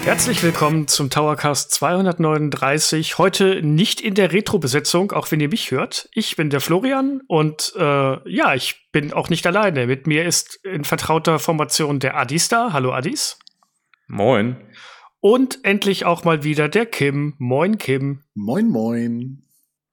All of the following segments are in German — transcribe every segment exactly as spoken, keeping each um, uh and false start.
Herzlich willkommen zum Towercast zweihundertneununddreißig. Heute nicht in der Retro-Besetzung, auch wenn ihr mich hört. Ich bin der Florian und äh, ja, ich bin auch nicht alleine. Mit mir ist in vertrauter Formation der Adis da. Hallo Adis. Moin. Und endlich auch mal wieder der Kim. Moin Kim. Moin moin.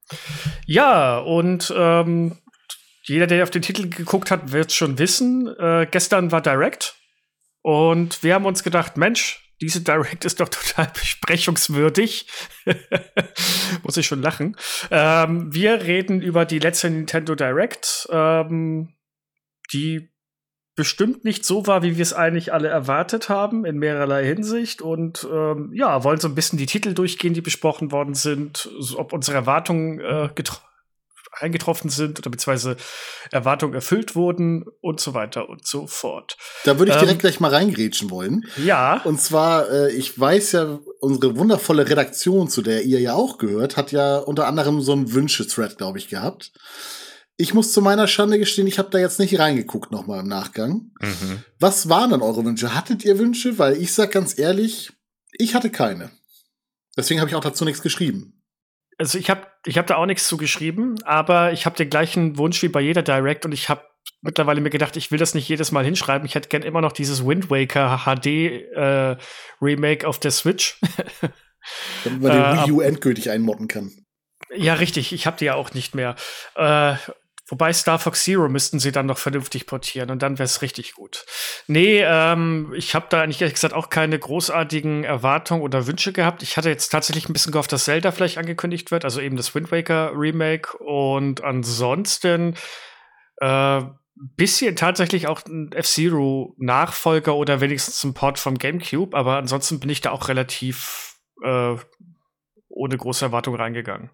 Ja, und ähm, jeder, der auf den Titel geguckt hat, wird es schon wissen. Äh, gestern war Direct und wir haben uns gedacht, Mensch, diese Direct ist doch total besprechungswürdig. Muss ich schon lachen. Ähm, wir reden über die letzte Nintendo Direct, ähm, die bestimmt nicht so war, wie wir es eigentlich alle erwartet haben, in mehrerlei Hinsicht. Und ähm, ja, wollen so ein bisschen die Titel durchgehen, die besprochen worden sind, so, ob unsere Erwartungen äh, getro- eingetroffen sind oder beziehungsweise Erwartungen erfüllt wurden und so weiter und so fort. Da würde ich direkt ähm, gleich mal reingrätschen wollen. Ja. Und zwar, äh, ich weiß ja, unsere wundervolle Redaktion, zu der ihr ja auch gehört, hat ja unter anderem so einen Wünsche-Thread, glaube ich, gehabt. Ich muss zu meiner Schande gestehen, ich habe da jetzt nicht reingeguckt nochmal im Nachgang. Mhm. Was waren denn eure Wünsche? Hattet ihr Wünsche? Weil ich sag ganz ehrlich, ich hatte keine. Deswegen habe ich auch dazu nichts geschrieben. Also ich habe ich hab da auch nichts zu geschrieben, aber ich habe den gleichen Wunsch wie bei jeder Direct und ich habe mittlerweile mir gedacht, ich will das nicht jedes Mal hinschreiben. Ich hätte gern immer noch dieses Wind Waker H D äh, Remake auf der Switch. Damit man den Wii U endgültig einmodden kann. Ja, richtig. Ich habe die ja auch nicht mehr. Äh, Wobei Star Fox Zero müssten sie dann noch vernünftig portieren und dann wäre es richtig gut. Nee, ähm, ich habe da eigentlich ehrlich gesagt auch keine großartigen Erwartungen oder Wünsche gehabt. Ich hatte jetzt tatsächlich ein bisschen gehofft, dass Zelda vielleicht angekündigt wird, also eben das Wind Waker Remake. Und ansonsten äh, bisschen tatsächlich auch ein F-Zero Nachfolger oder wenigstens ein Port vom GameCube. Aber ansonsten bin ich da auch relativ äh, ohne große Erwartung reingegangen.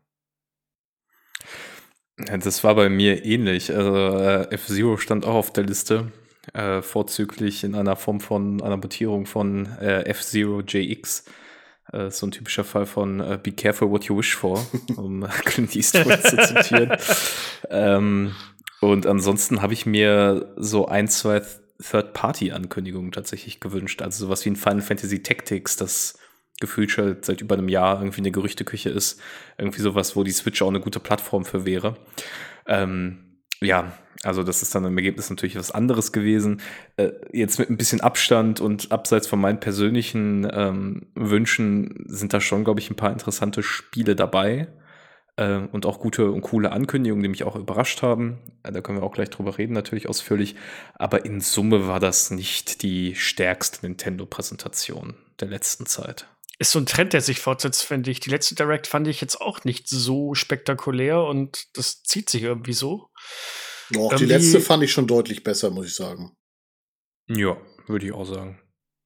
Ja, das war bei mir ähnlich. Also äh, F-Zero stand auch auf der Liste, äh, vorzüglich in einer Form von einer Mutierung von äh, F-Zero J X. Äh, so ein typischer Fall von äh, Be careful what you wish for, um Clint Eastwood zu zitieren. ähm, und ansonsten habe ich mir so ein, zwei Third-Party-Ankündigungen tatsächlich gewünscht. Also sowas wie ein Final Fantasy Tactics, das gefühlt schon seit über einem Jahr irgendwie eine Gerüchteküche ist. Irgendwie sowas, wo die Switch auch eine gute Plattform für wäre. Ähm, ja, also das ist dann im Ergebnis natürlich was anderes gewesen. Äh, jetzt mit ein bisschen Abstand und abseits von meinen persönlichen ähm, Wünschen sind da schon, glaube ich, ein paar interessante Spiele dabei. Äh, und auch gute und coole Ankündigungen, die mich auch überrascht haben. Äh, da können wir auch gleich drüber reden, natürlich ausführlich. Aber in Summe war das nicht die stärkste Nintendo-Präsentation der letzten Zeit. Ist so ein Trend, der sich fortsetzt, finde ich. Die letzte Direct fand ich jetzt auch nicht so spektakulär und das zieht sich irgendwie so. Doch, irgendwie, die letzte fand ich schon deutlich besser, muss ich sagen. Ja, würde ich auch sagen.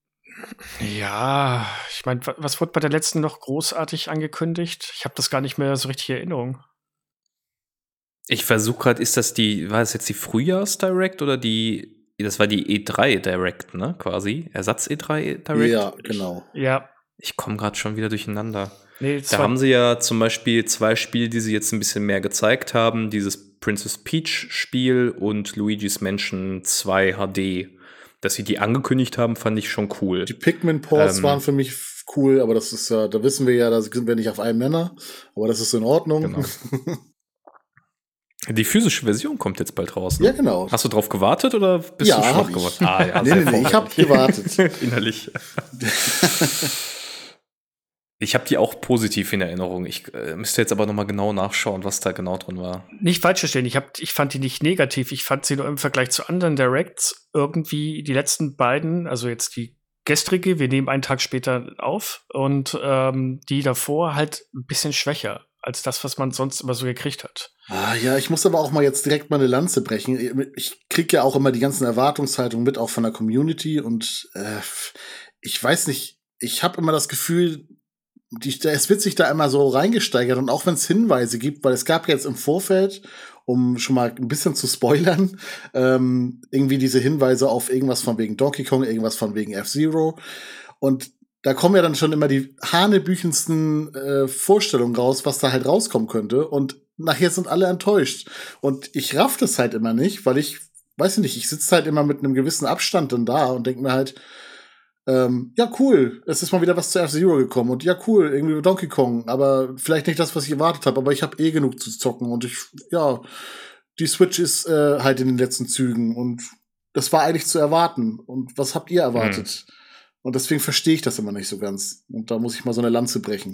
Ja, ich meine, was wurde bei der letzten noch großartig angekündigt? Ich habe das gar nicht mehr so richtig in Erinnerung. Ich versuche gerade, ist das die, war das jetzt die Frühjahrs-Direct oder die, das war die E drei Direct, ne, quasi? Ersatz-E drei Direct? Ja, genau. Ja. Ich komme gerade schon wieder durcheinander. Nee, da haben sie ja zum Beispiel zwei Spiele, die sie jetzt ein bisschen mehr gezeigt haben. Dieses Princess Peach-Spiel und Luigi's Mansion zwei H D. Dass sie die angekündigt haben, fand ich schon cool. Die Pikmin-Ports ähm, waren für mich cool, aber das ist ja, da wissen wir ja, da sind wir nicht auf einem Nenner. Aber das ist in Ordnung. Genau. Die physische Version kommt jetzt bald raus, ne? Ja, genau. Hast du drauf gewartet oder bist ja, du schon hab drauf ich. gewartet? Ah, ja, nee, nee, nee, ich habe gewartet. Innerlich. Ich habe die auch positiv in Erinnerung. Ich äh, müsste jetzt aber noch mal genau nachschauen, was da genau drin war. Nicht falsch verstehen, ich, hab, ich fand die nicht negativ. Ich fand sie nur im Vergleich zu anderen Directs irgendwie die letzten beiden, also jetzt die gestrige, wir nehmen einen Tag später auf, und ähm, die davor halt ein bisschen schwächer als das, was man sonst immer so gekriegt hat. Ah, ja, ich muss aber auch mal jetzt direkt mal eine Lanze brechen. Ich krieg ja auch immer die ganzen Erwartungshaltungen mit, auch von der Community. Und äh, ich weiß nicht, ich habe immer das Gefühl, die, es wird sich da immer so reingesteigert. Und auch wenn es Hinweise gibt, weil es gab jetzt im Vorfeld, um schon mal ein bisschen zu spoilern, ähm, irgendwie diese Hinweise auf irgendwas von wegen Donkey Kong, irgendwas von wegen F-Zero. Und da kommen ja dann schon immer die hanebüchendsten äh, Vorstellungen raus, was da halt rauskommen könnte. Und nachher sind alle enttäuscht. Und ich raff das halt immer nicht, weil ich, weiß ich nicht, ich sitze halt immer mit einem gewissen Abstand dann da und denke mir halt, ähm, ja, cool, es ist mal wieder was zu F-Zero gekommen und ja, cool, irgendwie Donkey Kong, aber vielleicht nicht das, was ich erwartet habe, aber ich habe eh genug zu zocken und ich, ja, die Switch ist äh, halt in den letzten Zügen und das war eigentlich zu erwarten. Und was habt ihr erwartet? Mhm. Und deswegen verstehe ich das immer nicht so ganz. Und da muss ich mal so eine Lanze brechen.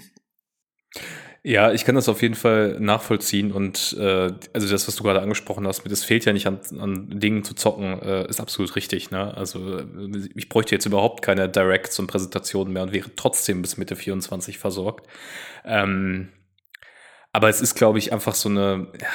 Ja, ich kann das auf jeden Fall nachvollziehen und äh, also das, was du gerade angesprochen hast, mit es fehlt ja nicht an, an Dingen zu zocken, äh, ist absolut richtig. Ne? Also ich bräuchte jetzt überhaupt keine Directs und Präsentationen mehr und wäre trotzdem bis Mitte vierundzwanzig versorgt. Ähm, aber es ist, glaube ich, einfach so eine, ja,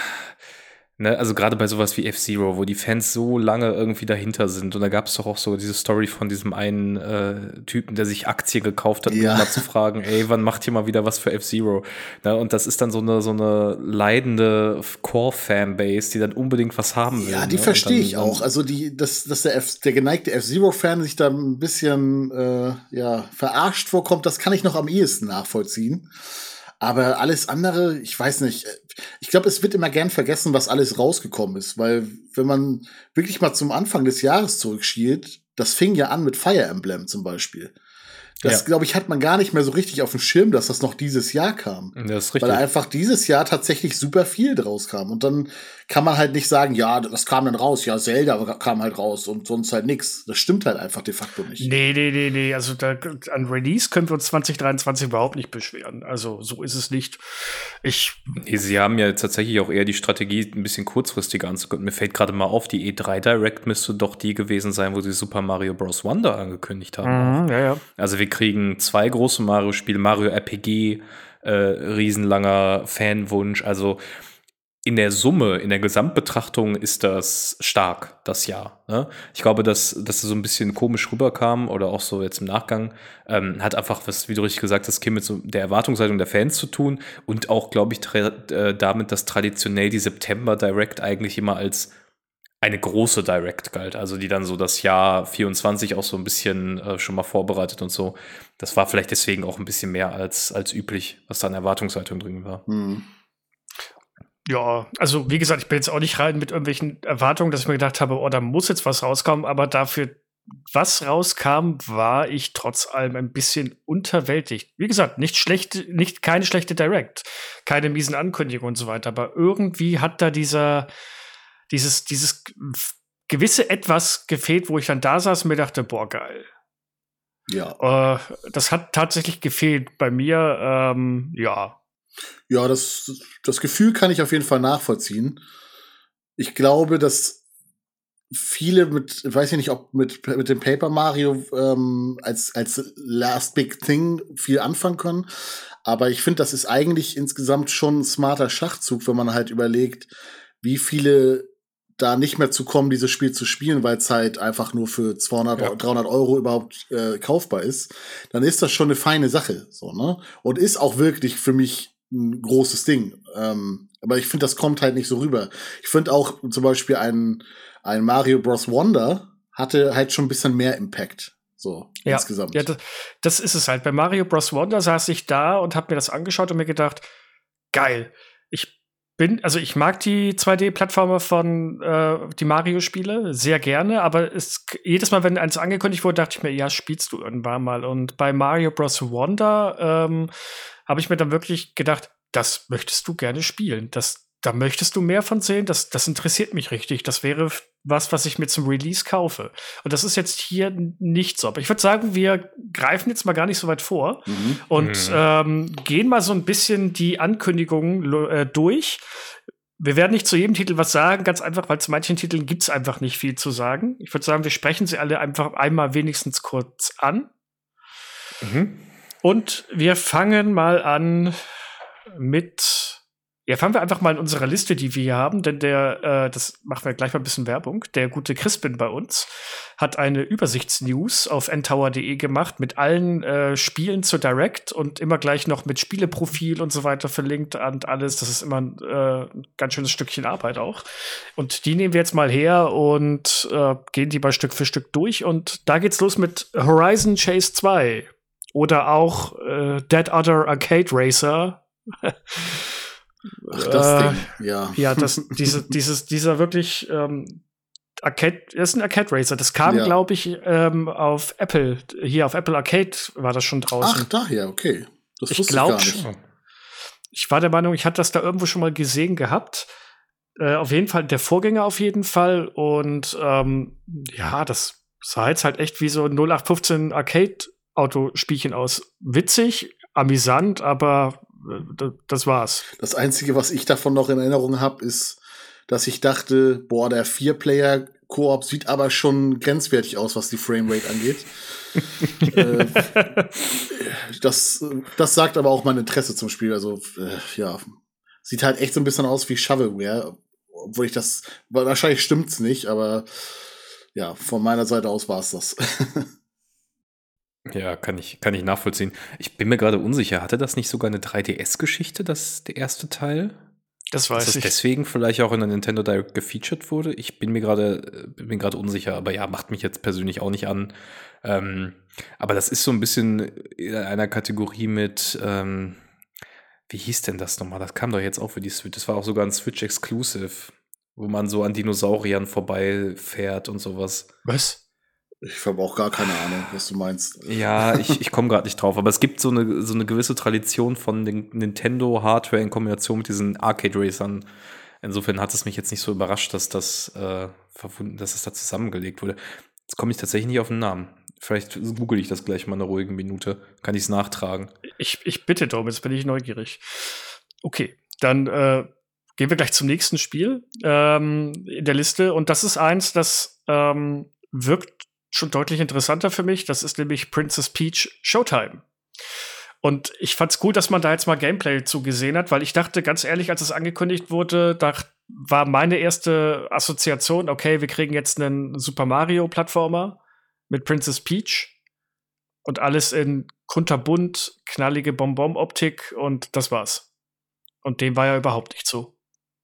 ne, also gerade bei sowas wie F-Zero, wo die Fans so lange irgendwie dahinter sind. Und da gab es doch auch so diese Story von diesem einen äh, Typen, der sich Aktien gekauft hat, ja. um mal zu fragen, ey, wann macht ihr mal wieder was für F-Zero? Ne, und das ist dann so eine so eine leidende Core-Fanbase, die dann unbedingt was haben will. Ja, die ne? verstehe dann, ich auch. Also die, dass, dass der, F, der geneigte F-Zero-Fan sich da ein bisschen äh, ja, verarscht vorkommt, das kann ich noch am ehesten nachvollziehen. Aber alles andere, ich weiß nicht. Ich glaube, es wird immer gern vergessen, was alles rausgekommen ist. Weil, wenn man wirklich mal zum Anfang des Jahres zurückschielt, das fing ja an mit Fire Emblem zum Beispiel. Das, ja. glaube ich, hat man gar nicht mehr so richtig auf dem Schirm, dass das noch dieses Jahr kam. Das ist richtig. Weil einfach dieses Jahr tatsächlich super viel draus kam. Und dann kann man halt nicht sagen, ja, das kam dann raus. Ja, Zelda kam halt raus und sonst halt nix. Das stimmt halt einfach de facto nicht. Nee, nee, nee, nee. Also da, an Release können wir uns zwanzig dreiundzwanzig überhaupt nicht beschweren. Also so ist es nicht. Ich Sie haben ja tatsächlich auch eher die Strategie, ein bisschen kurzfristiger anzugucken. Mir fällt gerade mal auf, die E drei Direct müsste doch die gewesen sein, wo sie Super Mario Bros. Wonder angekündigt haben. Mhm, ja, ja. Also wir kriegen zwei große Mario-Spiele, Mario R P G, äh, riesenlanger Fanwunsch. Also in der Summe, in der Gesamtbetrachtung ist das stark, das Jahr. Ne? Ich glaube, dass, dass das so ein bisschen komisch rüberkam oder auch so jetzt im Nachgang, ähm, hat einfach, was, wie du richtig gesagt hast, Kim, mit so der Erwartungshaltung der Fans zu tun und auch, glaube ich, tra- äh, damit, dass traditionell die September Direct eigentlich immer als eine große Direct galt, also die dann so das Jahr vierundzwanzig auch so ein bisschen äh, schon mal vorbereitet und so. Das war vielleicht deswegen auch ein bisschen mehr als, als üblich, was da an Erwartungshaltung drin war. Mhm. Ja, also wie gesagt, ich bin jetzt auch nicht rein mit irgendwelchen Erwartungen, dass ich mir gedacht habe, oh, da muss jetzt was rauskommen, aber dafür, was rauskam, war ich trotz allem ein bisschen unterwältigt. Wie gesagt, nicht schlecht, nicht keine schlechte Direct, keine miesen Ankündigungen und so weiter, aber irgendwie hat da dieser dieses dieses gewisse Etwas gefehlt, wo ich dann da saß und mir dachte, boah, geil. Ja. Äh, das hat tatsächlich gefehlt bei mir, ähm, ja. Ja, das, das Gefühl kann ich auf jeden Fall nachvollziehen. Ich glaube, dass viele mit, weiß ich nicht, ob mit, mit dem Paper Mario ähm, als, als Last Big Thing viel anfangen können. Aber ich finde, das ist eigentlich insgesamt schon ein smarter Schachzug, wenn man halt überlegt, wie viele da nicht mehr zu kommen, dieses Spiel zu spielen, weil es halt einfach nur für zweihundert, ja. dreihundert Euro überhaupt äh, kaufbar ist. Dann ist das schon eine feine Sache, so, ne? Und ist auch wirklich für mich ein großes Ding. Ähm, aber ich finde, das kommt halt nicht so rüber. Ich finde auch zum Beispiel ein, ein Mario Bros. Wonder hatte halt schon ein bisschen mehr Impact. So, ja, insgesamt. Ja, das, das ist es halt. Bei Mario Bros. Wonder saß ich da und habe mir das angeschaut und mir gedacht, geil. Ich bin, also ich mag die zwei D-Plattformer von äh, die Mario-Spiele sehr gerne, aber es, jedes Mal, wenn eins angekündigt wurde, dachte ich mir, ja, spielst du irgendwann mal. Und bei Mario Bros. Wonder ähm, habe ich mir dann wirklich gedacht, das möchtest du gerne spielen. Das, da möchtest du mehr von sehen. Das, das interessiert mich richtig. Das wäre was, was ich mir zum Release kaufe. Und das ist jetzt hier nicht so. Aber ich würde sagen, wir greifen jetzt mal gar nicht so weit vor mhm. und mhm. Ähm, gehen mal so ein bisschen die Ankündigungen äh, durch. Wir werden nicht zu jedem Titel was sagen, ganz einfach, weil zu manchen Titeln gibt es einfach nicht viel zu sagen. Ich würde sagen, wir sprechen sie alle einfach einmal wenigstens kurz an. Mhm. Und wir fangen mal an mit Ja, fangen wir einfach mal in unserer Liste, die wir hier haben, denn der, äh, das machen wir gleich mal ein bisschen Werbung, der gute Crispin bei uns hat eine Übersichtsnews auf n tower punkt d e gemacht mit allen äh, Spielen zur Direct und immer gleich noch mit Spieleprofil und so weiter verlinkt und alles. Das ist immer äh, ein ganz schönes Stückchen Arbeit auch. Und die nehmen wir jetzt mal her und äh, gehen die mal Stück für Stück durch. Und da geht's los mit Horizon Chase zwei oder auch äh, Dead Other Arcade Racer. Ach, das äh, Ding, ja. Ja, das, diese, dieses, dieser wirklich ähm, Arcade, das ist ein Arcade Racer. Das kam, Ja. glaube ich, ähm, auf Apple. Hier auf Apple Arcade war das schon draußen. Ach, daher, okay. Das Ich wusste glaub ich gar nicht. Ich war der Meinung, ich hatte das da irgendwo schon mal gesehen gehabt. Äh, auf jeden Fall der Vorgänger auf jeden Fall. Und ähm, ja, das sah jetzt halt echt wie so ein null acht fünfzehn Arcade-Autospielchen aus. Witzig, amüsant, aber äh, d- das war's. Das Einzige, was ich davon noch in Erinnerung habe, ist, dass ich dachte, boah, der Vier-Player-Koop sieht aber schon grenzwertig aus, was die Framerate angeht. äh, das, das sagt aber auch mein Interesse zum Spiel. Also, äh, ja, sieht halt echt so ein bisschen aus wie Shovelware, obwohl ich das, wahrscheinlich stimmt's nicht, aber ja, von meiner Seite aus war's das. Ja, kann ich, kann ich nachvollziehen. Ich bin mir gerade unsicher, hatte das nicht sogar eine drei D S-Geschichte, das der erste Teil? Das Dass weiß das ich. deswegen vielleicht auch in der Nintendo Direct gefeatured wurde? Ich bin mir gerade, bin mir gerade unsicher, aber ja, macht mich jetzt persönlich auch nicht an. Ähm, aber das ist so ein bisschen in einer Kategorie mit, ähm, wie hieß denn das nochmal? Das kam doch jetzt auch für die Switch. Das war auch sogar ein Switch-Exclusive, wo man so an Dinosauriern vorbeifährt und sowas. Was? Ich habe auch gar keine Ahnung, was du meinst. Ja, ich, ich komme gerade nicht drauf, aber es gibt so eine, so eine gewisse Tradition von den Nintendo-Hardware in Kombination mit diesen Arcade-Racern. Insofern hat es mich jetzt nicht so überrascht, dass das äh, verwunden, dass es da zusammengelegt wurde. Jetzt komme ich tatsächlich nicht auf den Namen. Vielleicht google ich das gleich mal in einer ruhigen Minute. Kann ich es nachtragen. Ich, ich bitte darum, jetzt bin ich neugierig. Okay, dann äh, gehen wir gleich zum nächsten Spiel ähm, in der Liste. Und das ist eins, das ähm, wirkt schon deutlich interessanter für mich. Das ist nämlich Princess Peach Showtime. Und ich fand's cool, dass man da jetzt mal Gameplay zu gesehen hat, weil ich dachte, ganz ehrlich, als es angekündigt wurde, da war meine erste Assoziation, okay, wir kriegen jetzt einen Super Mario-Plattformer mit Princess Peach und alles in kunterbunt, knallige Bonbon-Optik und das war's. Und dem war ja überhaupt nicht so.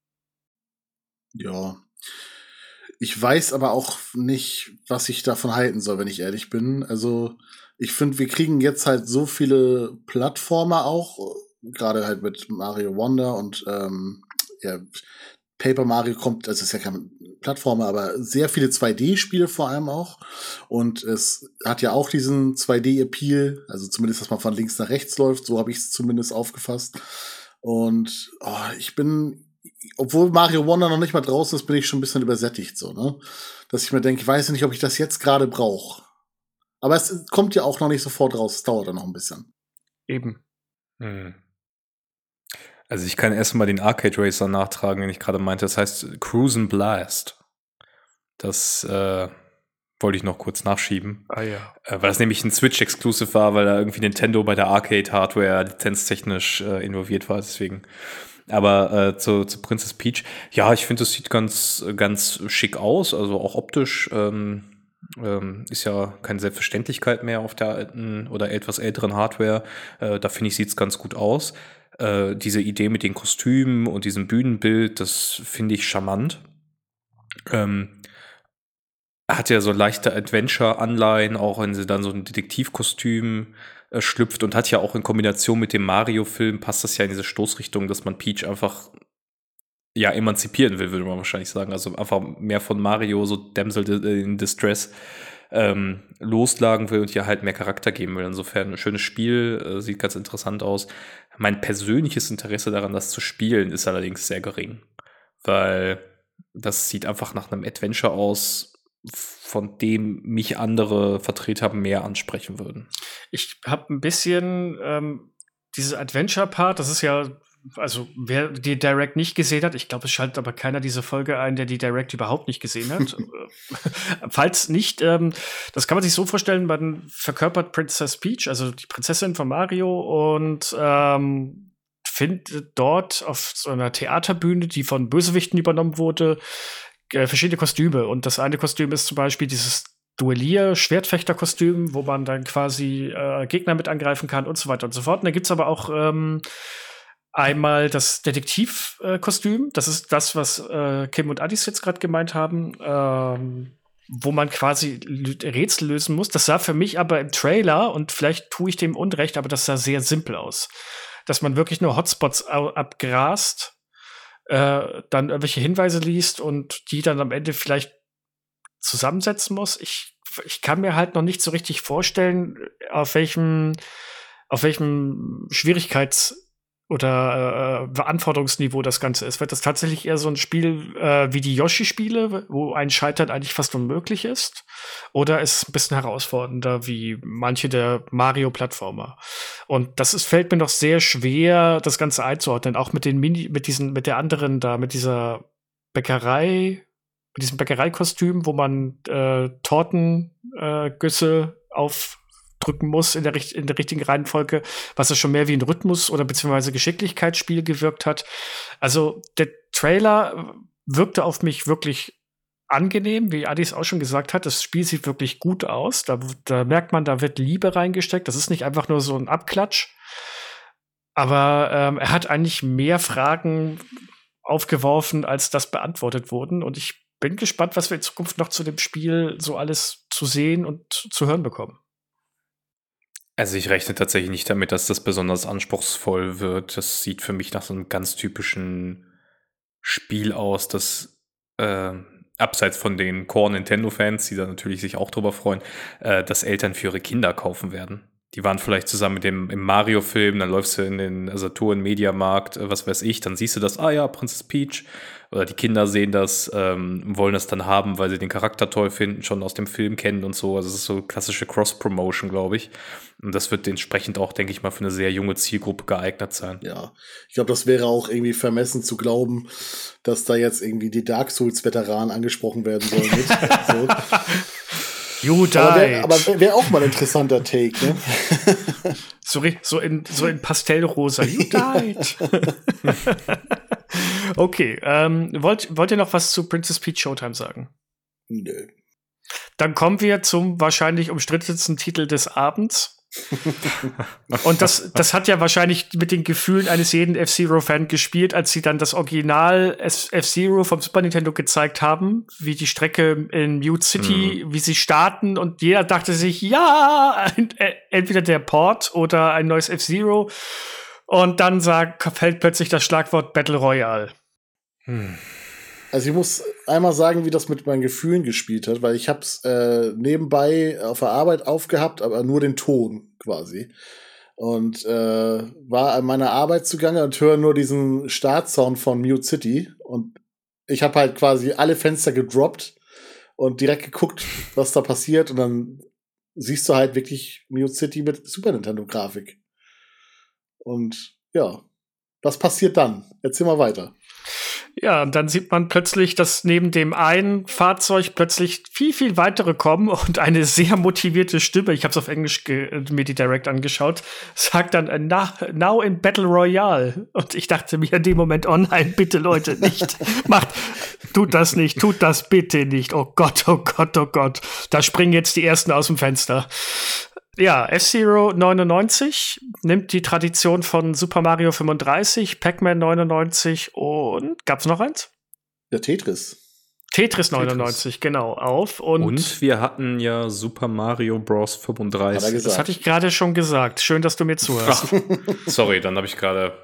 Ja. Ich weiß aber auch nicht, was ich davon halten soll, wenn ich ehrlich bin. Also, ich finde, wir kriegen jetzt halt so viele Plattformer auch, gerade halt mit Mario Wonder und ähm, ja, Paper Mario kommt, also es ist ja keine Plattformer, aber sehr viele zwei D-Spiele vor allem auch. Und es hat ja auch diesen zwei D-Appeal, also zumindest, dass man von links nach rechts läuft, so habe ich es zumindest aufgefasst. Und oh, ich bin obwohl Mario Wonder noch nicht mal draußen ist, bin ich schon ein bisschen übersättigt, so, ne? Dass ich mir denke, ich weiß nicht, ob ich das jetzt gerade brauche. Aber es kommt ja auch noch nicht sofort raus, es dauert dann noch ein bisschen. Eben. Hm. Also ich kann erstmal den Arcade Racer nachtragen, den ich gerade meinte. Das heißt Cruisin' Blast. Das äh, wollte ich noch kurz nachschieben. Ah ja. Äh, weil das nämlich ein Switch-Exclusive war, weil da irgendwie Nintendo bei der Arcade-Hardware lizenztechnisch äh, involviert war, deswegen. Aber äh, zu, zu Princess Peach, ja, ich finde, das sieht ganz, ganz schick aus, also auch optisch ähm, ähm, ist ja keine Selbstverständlichkeit mehr auf der alten oder etwas älteren Hardware. Äh, da finde ich, sieht es ganz gut aus. Äh, diese Idee mit den Kostümen und diesem Bühnenbild, das finde ich charmant. Ähm, hat ja so leichte Adventure-Anleihen, auch wenn sie dann so ein Detektivkostüm äh, schlüpft und hat ja auch in Kombination mit dem Mario-Film passt das ja in diese Stoßrichtung, dass man Peach einfach ja emanzipieren will, würde man wahrscheinlich sagen. Also einfach mehr von Mario, so Damsel in Distress, ähm, loslagen will und ihr halt mehr Charakter geben will. Insofern ein schönes Spiel, äh, sieht ganz interessant aus. Mein persönliches Interesse daran, das zu spielen, ist allerdings sehr gering, weil das sieht einfach nach einem Adventure aus, von dem mich andere Vertreter mehr ansprechen würden. Ich habe ein bisschen ähm, dieses Adventure-Part, das ist ja, also wer die Direct nicht gesehen hat, ich glaube, es schaltet aber keiner diese Folge ein, der die Direct überhaupt nicht gesehen hat. Falls nicht, ähm, das kann man sich so vorstellen, man verkörpert Princess Peach, also die Prinzessin von Mario und ähm, findet dort auf so einer Theaterbühne, die von Bösewichten übernommen wurde, verschiedene Kostüme. Und das eine Kostüm ist zum Beispiel dieses Duellier-Schwertfechter-Kostüm, wo man dann quasi äh, Gegner mit angreifen kann und so weiter und so fort. Und da gibt's aber auch ähm, einmal das Detektiv-Kostüm. Das ist das, was äh, Kim und Addis jetzt gerade gemeint haben, ähm, wo man quasi Rätsel lösen muss. Das sah für mich aber im Trailer, und vielleicht tue ich dem Unrecht, aber das sah sehr simpel aus. Dass man wirklich nur Hotspots abgrast, Äh, dann irgendwelche Hinweise liest und die dann am Ende vielleicht zusammensetzen muss. Ich, ich kann mir halt noch nicht so richtig vorstellen, auf welchem, auf welchem Schwierigkeits- oder äh, Anforderungsniveau das Ganze ist. Wird das tatsächlich eher so ein Spiel äh, wie die Yoshi-Spiele, wo ein Scheitern eigentlich fast unmöglich ist? Oder ist es ein bisschen herausfordernder wie manche der Mario-Plattformer? Und das ist, fällt mir noch sehr schwer, das Ganze einzuordnen. Auch mit den Mini, mit diesen, mit der anderen da, mit dieser Bäckerei, mit diesem Bäckereikostüm, wo man äh, Tortengüsse äh, auf drücken muss in der, in der richtigen Reihenfolge, was es schon mehr wie ein Rhythmus- oder beziehungsweise Geschicklichkeitsspiel gewirkt hat. Also der Trailer wirkte auf mich wirklich angenehm, wie Adi es auch schon gesagt hat. Das Spiel sieht wirklich gut aus. Da, da merkt man, da wird Liebe reingesteckt. Das ist nicht einfach nur so ein Abklatsch. Aber ähm, er hat eigentlich mehr Fragen aufgeworfen, als das beantwortet wurden. Und ich bin gespannt, was wir in Zukunft noch zu dem Spiel so alles zu sehen und zu hören bekommen. Also ich rechne tatsächlich nicht damit, dass das besonders anspruchsvoll wird. Das sieht für mich nach so einem ganz typischen Spiel aus, das äh, abseits von den Core-Nintendo-Fans, die da natürlich sich auch drüber freuen, äh, dass Eltern für ihre Kinder kaufen werden. Die waren vielleicht zusammen mit dem im Mario-Film, dann läufst du in den Saturn Mediamarkt, äh, was weiß ich, dann siehst du das, ah ja, Prinzess Peach. Oder die Kinder sehen das, ähm, wollen das dann haben, weil sie den Charakter toll finden, schon aus dem Film kennen und so. Also es ist so klassische Cross-Promotion, glaube ich. Und das wird entsprechend auch, denke ich mal, für eine sehr junge Zielgruppe geeignet sein. Ja, ich glaube, das wäre auch irgendwie vermessen zu glauben, dass da jetzt irgendwie die Dark Souls-Veteranen angesprochen werden sollen. Mit. So. You died. Aber wäre wär, wär auch mal ein interessanter Take, ne? So, so, in, so in Pastellrosa. You died. Okay, ähm, wollt, wollt ihr noch was zu Princess Peach Showtime sagen? Nö. Dann kommen wir zum wahrscheinlich umstrittensten Titel des Abends. Und das, das hat ja wahrscheinlich mit den Gefühlen eines jeden F-Zero-Fan gespielt, als sie dann das Original F-Zero vom Super Nintendo gezeigt haben, wie die Strecke in Mute City, mhm. wie sie starten, und jeder dachte sich, ja, entweder der Port oder ein neues F-Zero. Und dann sagt, fällt plötzlich das Schlagwort Battle Royale. Hm. Also ich muss einmal sagen, wie das mit meinen Gefühlen gespielt hat, weil ich hab's äh, nebenbei auf der Arbeit aufgehabt, aber nur den Ton quasi. Und äh, war an meiner Arbeit zugange und höre nur diesen Startsound von Mute City. Und ich habe halt quasi alle Fenster gedroppt und direkt geguckt, was da passiert. Und dann siehst du halt wirklich Mute City mit Super Nintendo-Grafik. Und ja, was passiert dann? Erzähl mal weiter. Ja, und dann sieht man plötzlich, dass neben dem einen Fahrzeug plötzlich viel, viel weitere kommen und eine sehr motivierte Stimme, ich habe es auf Englisch mir die Direct angeschaut, sagt dann, now in Battle Royale. Und ich dachte mir in dem Moment, oh nein, bitte Leute, nicht. Macht, tut das nicht, tut das bitte nicht. Oh Gott, oh Gott, oh Gott. Da springen jetzt die Ersten aus dem Fenster. Ja, F-Zero neunundneunzig nimmt die Tradition von Super Mario fünfunddreißig, Pac-Man neunundneunzig und gab's noch eins? Ja, Tetris. Tetris neunundneunzig, Tetris. Genau, auf. Und, und wir hatten ja Super Mario Bros. fünfunddreißig. Das hatte ich gerade schon gesagt. Schön, dass du mir zuhörst. Ach, sorry, dann habe ich gerade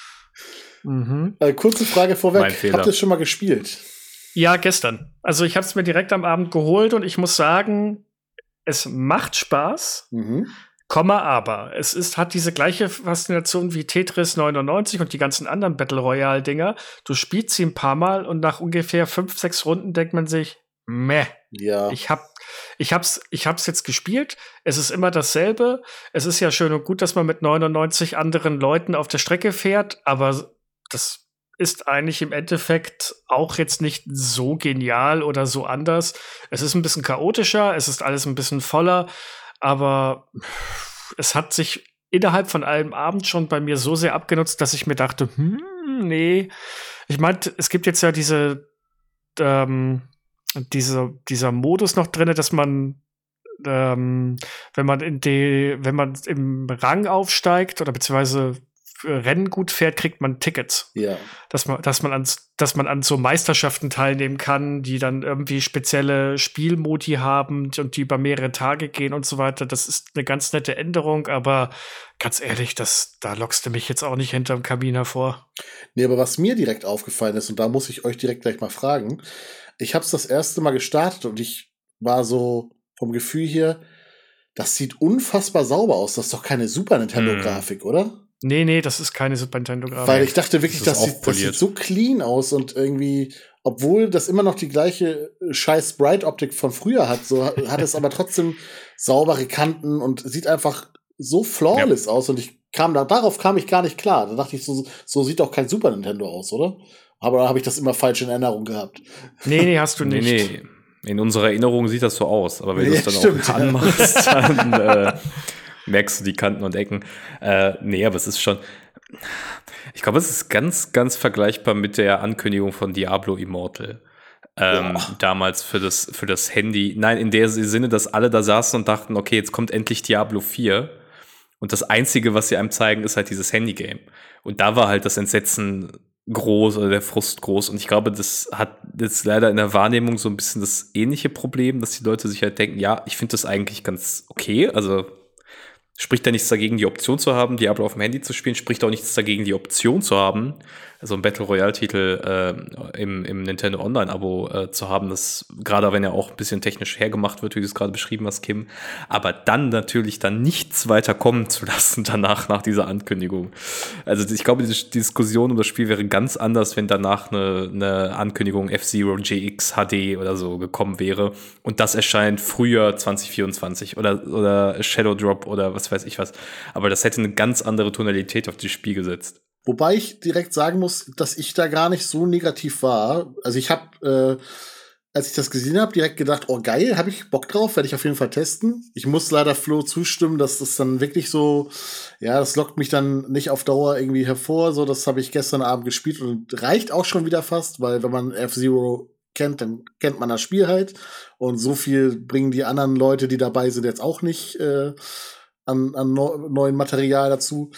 mhm. äh, kurze Frage vorweg. Habt ihr es schon mal gespielt? Ja, gestern. Also ich habe es mir direkt am Abend geholt und ich muss sagen, es macht Spaß, mhm. Komma, aber es ist, hat diese gleiche Faszination wie Tetris neunundneunzig und die ganzen anderen Battle Royale-Dinger. Du spielst sie ein paar Mal und nach ungefähr fünf, sechs Runden denkt man sich, meh. Ja. Ich hab, ich hab's, ich hab's jetzt gespielt. Es ist immer dasselbe. Es ist ja schön und gut, dass man mit neunundneunzig anderen Leuten auf der Strecke fährt, aber das ist eigentlich im Endeffekt auch jetzt nicht so genial oder so anders. Es ist ein bisschen chaotischer, es ist alles ein bisschen voller, aber es hat sich innerhalb von einem Abend schon bei mir so sehr abgenutzt, dass ich mir dachte, hm, nee. Ich meinte, es gibt jetzt ja diese, ähm, diese, dieser Modus noch drin, dass man ähm, wenn man in die, wenn man im Rang aufsteigt oder beziehungsweise Rennen gut fährt, kriegt man Tickets. Ja. Dass man, dass man an, dass man an so Meisterschaften teilnehmen kann, die dann irgendwie spezielle Spielmodi haben und die über mehrere Tage gehen und so weiter. Das ist eine ganz nette Änderung, aber ganz ehrlich, das, da lockst du mich jetzt auch nicht hinterm Kamin hervor. Nee, aber was mir direkt aufgefallen ist, und da muss ich euch direkt gleich mal fragen, ich habe es das erste Mal gestartet und ich war so vom Gefühl hier, das sieht unfassbar sauber aus. Das ist doch keine Super Nintendo-Grafik, hm. oder? Nee, nee, das ist keine Super Nintendo-Grafik. Weil ich dachte wirklich, das, das, sieht, das sieht so clean aus und irgendwie, obwohl das immer noch die gleiche scheiß Sprite-Optik von früher hat, so hat es aber trotzdem saubere Kanten und sieht einfach so flawless ja. aus und ich kam da, darauf kam ich gar nicht klar. Da dachte ich, so, so sieht auch kein Super Nintendo aus, oder? Aber da habe ich das immer falsch in Erinnerung gehabt. Nee, nee, hast du nicht. Nee, nee. In unserer Erinnerung sieht das so aus, aber wenn ja, du es dann stimmt, auch anmachst, ja. dann äh, merkst du die Kanten und Ecken. Äh, nee, aber es ist schon, ich glaube, es ist ganz, ganz vergleichbar mit der Ankündigung von Diablo Immortal. Ähm, oh. Damals für das, für das Handy. Nein, in der Sinne, dass alle da saßen und dachten, okay, jetzt kommt endlich Diablo vier. Und das Einzige, was sie einem zeigen, ist halt dieses Handy-Game. Und da war halt das Entsetzen groß oder der Frust groß. Und ich glaube, das hat jetzt leider in der Wahrnehmung so ein bisschen das ähnliche Problem, dass die Leute sich halt denken, ja, ich finde das eigentlich ganz okay. Also spricht da nichts dagegen, die Option zu haben, Diablo auf dem Handy zu spielen, spricht auch nichts dagegen, die Option zu haben, also einen Battle-Royale-Titel äh, im, im Nintendo Online-Abo äh, zu haben, das gerade wenn er auch ein bisschen technisch hergemacht wird, wie du es gerade beschrieben hast, Kim, aber dann natürlich dann nichts weiter kommen zu lassen danach, nach dieser Ankündigung. Also ich glaube, die, die Diskussion um das Spiel wäre ganz anders, wenn danach eine, eine Ankündigung F-Zero J X H D oder so gekommen wäre und das erscheint Frühjahr zwanzig vierundzwanzig oder, oder Shadow Drop oder was weiß ich was. Aber das hätte eine ganz andere Tonalität auf das Spiel gesetzt. Wobei ich direkt sagen muss, dass ich da gar nicht so negativ war. Also ich habe, äh, als ich das gesehen habe, direkt gedacht, oh geil, habe ich Bock drauf, werde ich auf jeden Fall testen. Ich muss leider Flo zustimmen, dass das dann wirklich so, ja, das lockt mich dann nicht auf Dauer irgendwie hervor. So, das habe ich gestern Abend gespielt und reicht auch schon wieder fast, weil wenn man F-Zero kennt, dann kennt man das Spiel halt. Und so viel bringen die anderen Leute, die dabei sind, jetzt auch nicht äh, an, an no- neuen Material dazu.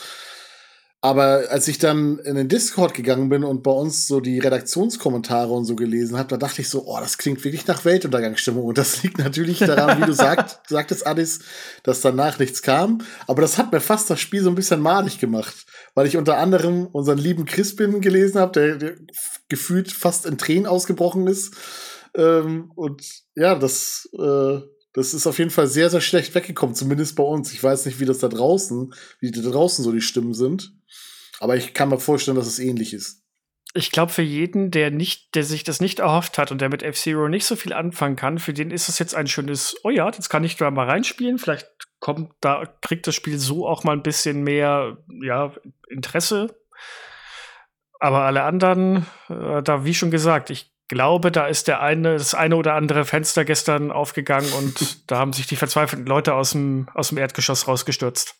Aber als ich dann in den Discord gegangen bin und bei uns so die Redaktionskommentare und so gelesen habe, da dachte ich so, oh, das klingt wirklich nach Weltuntergangsstimmung. Und das liegt natürlich daran, wie du sagt, sagtest, Addis, dass danach nichts kam. Aber das hat mir fast das Spiel so ein bisschen madig gemacht, weil ich unter anderem unseren lieben Crispin gelesen habe, der, der gefühlt fast in Tränen ausgebrochen ist. Ähm, und ja, das, äh, das ist auf jeden Fall sehr, sehr schlecht weggekommen, zumindest bei uns. Ich weiß nicht, wie das da draußen, wie da draußen so die Stimmen sind. Aber ich kann mir vorstellen, dass es ähnlich ist. Ich glaube, für jeden, der nicht, der sich das nicht erhofft hat und der mit F-Zero nicht so viel anfangen kann, für den ist es jetzt ein schönes, oh ja, jetzt kann ich da mal reinspielen. Vielleicht kommt da, kriegt das Spiel so auch mal ein bisschen mehr, ja, Interesse. Aber alle anderen, äh, da, wie schon gesagt, ich glaube, da ist der eine, das eine oder andere Fenster gestern aufgegangen und da haben sich die verzweifelten Leute aus dem, aus dem Erdgeschoss rausgestürzt.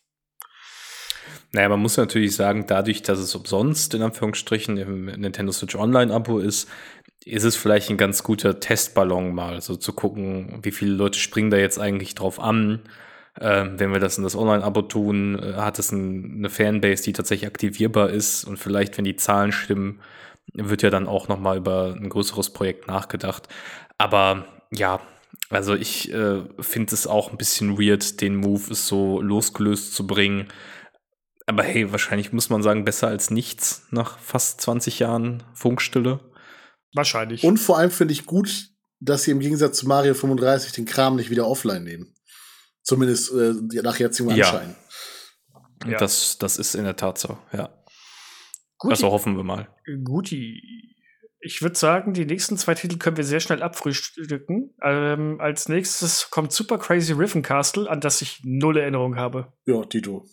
Naja, man muss natürlich sagen, dadurch, dass es umsonst in Anführungsstrichen im Nintendo Switch Online-Abo ist, ist es vielleicht ein ganz guter Testballon mal, so zu gucken, wie viele Leute springen da jetzt eigentlich drauf an. Ähm, wenn wir das in das Online-Abo tun, äh, hat es ein, eine Fanbase, die tatsächlich aktivierbar ist und vielleicht, wenn die Zahlen stimmen, wird ja dann auch noch mal über ein größeres Projekt nachgedacht. Aber ja, also ich äh, finde es auch ein bisschen weird, den Move so losgelöst zu bringen. Aber hey, wahrscheinlich muss man sagen, besser als nichts nach fast zwanzig Jahren Funkstille. Wahrscheinlich. Und vor allem finde ich gut, dass sie im Gegensatz zu Mario fünfunddreißig den Kram nicht wieder offline nehmen. Zumindest äh, nach jetzigem Anschein. Ja, das, das ist in der Tat so, ja. Guti. Also hoffen wir mal. Guti. Ich würde sagen, die nächsten zwei Titel können wir sehr schnell abfrühstücken. Ähm, als nächstes kommt Super Crazy Riven Castle, an das ich null Erinnerung habe. Ja, Tito.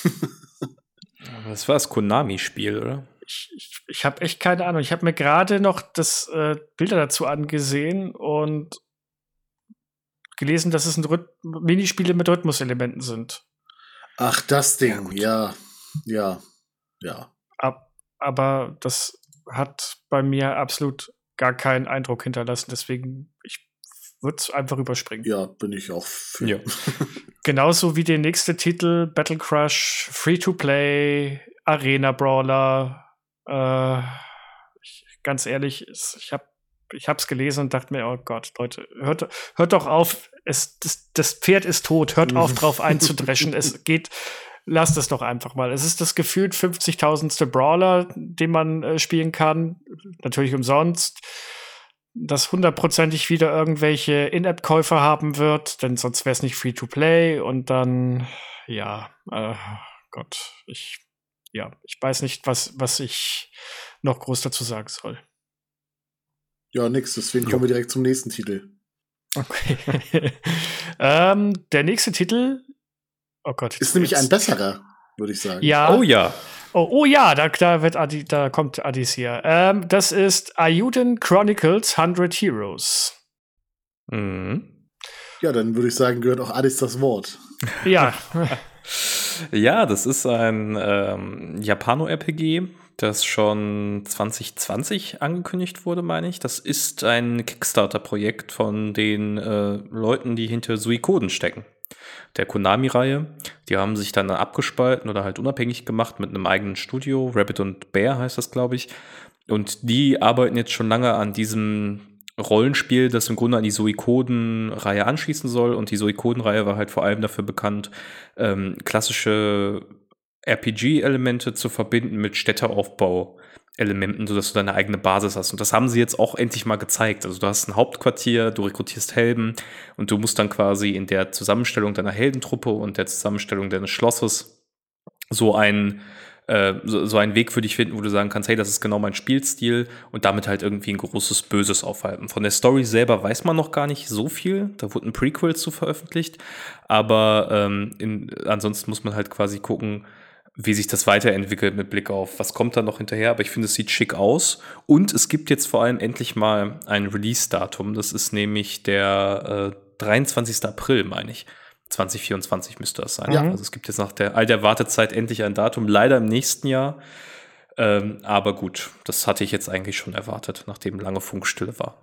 Das war das Konami-Spiel, oder? Ich, ich, ich habe echt keine Ahnung. Ich habe mir gerade noch das äh, Bilder dazu angesehen und gelesen, dass es ein Rhyth- Minispiele mit Rhythmuselementen sind. Ach, das Ding, ja. Ja, ja. Ab, aber das hat bei mir absolut gar keinen Eindruck hinterlassen. Deswegen, ich würde es einfach überspringen. Ja, bin ich auch für. Ja. Genauso wie der nächste Titel, Battle Crush, Free-to-Play, Arena-Brawler. Äh, ich, ganz ehrlich, ich habe ich hab's gelesen und dachte mir, oh Gott, Leute, hört, hört doch auf, es, das, das Pferd ist tot, hört auf, drauf einzudreschen. Es geht, lasst es doch einfach mal. Es ist das gefühlt fünfzigtausendste Brawler, den man äh, spielen kann. Natürlich umsonst. Das hundertprozentig wieder irgendwelche In-App-Käufer haben wird, denn sonst wäre es nicht Free-to-Play. Und dann, ja, äh, Gott, ich, ja, ich weiß nicht, was, was ich noch groß dazu sagen soll. Ja, nix, deswegen kommen wir direkt zum nächsten Titel. Okay. ähm, der nächste Titel, oh Gott. Ist nämlich ein besserer, würde ich sagen. Ja. Oh ja. Oh, oh ja, da, da, wird Adi, da kommt Adis hier. Ähm, das ist Ayuden Chronicles hundred Heroes. Mhm. Ja, dann würde ich sagen, gehört auch Adis das Wort. Ja. Ja, das ist ein ähm, Japano-R P G, das schon zwanzig zwanzig angekündigt wurde, meine ich. Das ist ein Kickstarter-Projekt von den äh, Leuten, die hinter Suikoden stecken. Der Konami-Reihe. Die haben sich dann abgespalten oder halt unabhängig gemacht mit einem eigenen Studio. Rabbit und Bear heißt das, glaube ich. Und die arbeiten jetzt schon lange an diesem Rollenspiel, das im Grunde an die Suikoden-Reihe anschließen soll. Und die Suikoden-Reihe war halt vor allem dafür bekannt, ähm, klassische R P G-Elemente zu verbinden mit Städteaufbau-Elementen, sodass du deine eigene Basis hast. Und das haben sie jetzt auch endlich mal gezeigt. Also du hast ein Hauptquartier, du rekrutierst Helden und du musst dann quasi in der Zusammenstellung deiner Heldentruppe und der Zusammenstellung deines Schlosses so einen äh, so, so einen Weg für dich finden, wo du sagen kannst, hey, das ist genau mein Spielstil und damit halt irgendwie ein großes Böses aufhalten. Von der Story selber weiß man noch gar nicht so viel. Da wurde ein Prequel zu veröffentlicht. Aber ähm, in, ansonsten muss man halt quasi gucken, wie sich das weiterentwickelt mit Blick auf, was kommt da noch hinterher. Aber ich finde, es sieht schick aus. Und es gibt jetzt vor allem endlich mal ein Release-Datum. Das ist nämlich der äh, dreiundzwanzigsten April, meine ich. zwanzig vierundzwanzig müsste das sein. Ja. Also es gibt jetzt nach der, all der Wartezeit endlich ein Datum. Leider im nächsten Jahr. Ähm, aber gut, das hatte ich jetzt eigentlich schon erwartet, nachdem lange Funkstille war.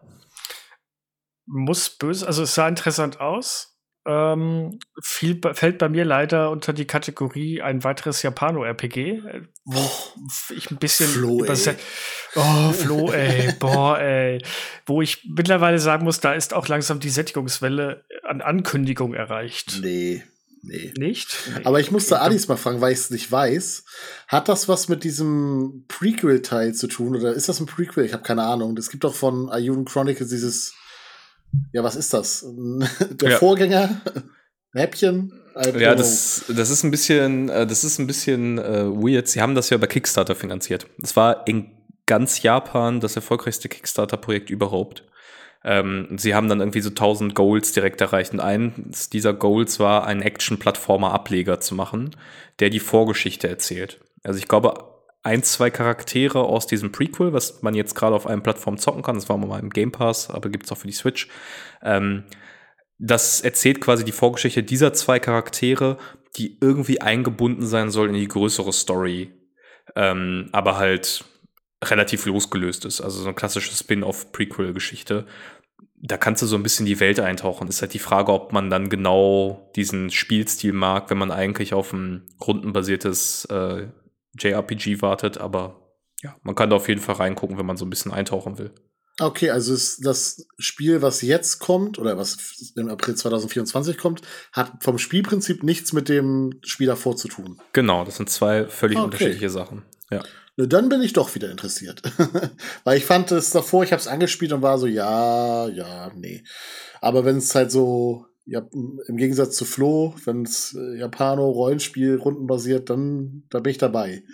Muss böse, also es sah interessant aus. Ähm, viel fällt bei mir leider unter die Kategorie ein weiteres Japano-R P G, wo oh, ich ein bisschen Flo, ey. Oh, Flo, ey, boah, ey. Wo ich mittlerweile sagen muss, da ist auch langsam die Sättigungswelle an Ankündigung erreicht. Nee, nee. Nicht? Nee. Aber ich musste Adis mal fragen, weil ich es nicht weiß. Hat das was mit diesem Prequel-Teil zu tun? Oder ist das ein Prequel? Ich habe keine Ahnung. Es gibt doch von Ayuden Chronicles dieses Ja, was ist das? Der ja. Vorgänger? Häppchen? Ja, das, das ist ein bisschen, das ist ein bisschen äh, weird. Sie haben das ja bei Kickstarter finanziert. Das war in ganz Japan das erfolgreichste Kickstarter-Projekt überhaupt. Ähm, sie haben dann irgendwie so tausend Goals direkt erreicht. Und eins dieser Goals war, einen Action-Plattformer-Ableger zu machen, der die Vorgeschichte erzählt. Also ich glaube, ein, zwei Charaktere aus diesem Prequel, was man jetzt gerade auf einem Plattform zocken kann. Das war mal im Game Pass, aber gibt es auch für die Switch. Ähm, das erzählt quasi die Vorgeschichte dieser zwei Charaktere, die irgendwie eingebunden sein soll in die größere Story. Ähm, aber halt relativ losgelöst ist. Also so eine klassische Spin-off-Prequel-Geschichte. Da kannst du so ein bisschen die Welt eintauchen. Ist halt die Frage, ob man dann genau diesen Spielstil mag, wenn man eigentlich auf ein rundenbasiertes äh, J R P G wartet, aber ja, man kann da auf jeden Fall reingucken, wenn man so ein bisschen eintauchen will. Okay, also ist das Spiel, was jetzt kommt, oder was im April zwanzig vierundzwanzig kommt, hat vom Spielprinzip nichts mit dem Spiel davor zu tun. Genau, das sind zwei völlig okay. unterschiedliche Sachen. Ja. Dann bin ich doch wieder interessiert. Weil ich fand es davor, ich habe es angespielt und war so, ja, ja, nee. Aber wenn es halt so, ja, im Gegensatz zu Flo, wenn es äh, Japano-Rollenspiel rundenbasiert, dann da bin ich dabei.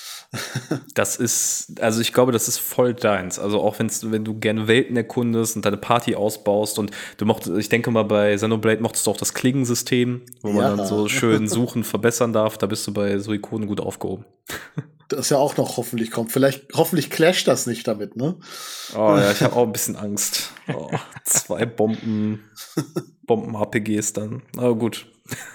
Das ist, also ich glaube, das ist voll deins. Also auch wenn's, wenn du gerne Welten erkundest und deine Party ausbaust und du mochtest, ich denke mal, bei Xenoblade mochtest du auch das Klingensystem, wo man ja. dann so schön suchen, verbessern darf. Da bist du bei Suikoden gut aufgehoben. Das ja auch noch hoffentlich kommt. Vielleicht, hoffentlich clasht das nicht damit, ne? Oh ja, ich habe auch ein bisschen Angst. Oh, zwei Bomben, Bomben-R P Gs dann. Aber gut.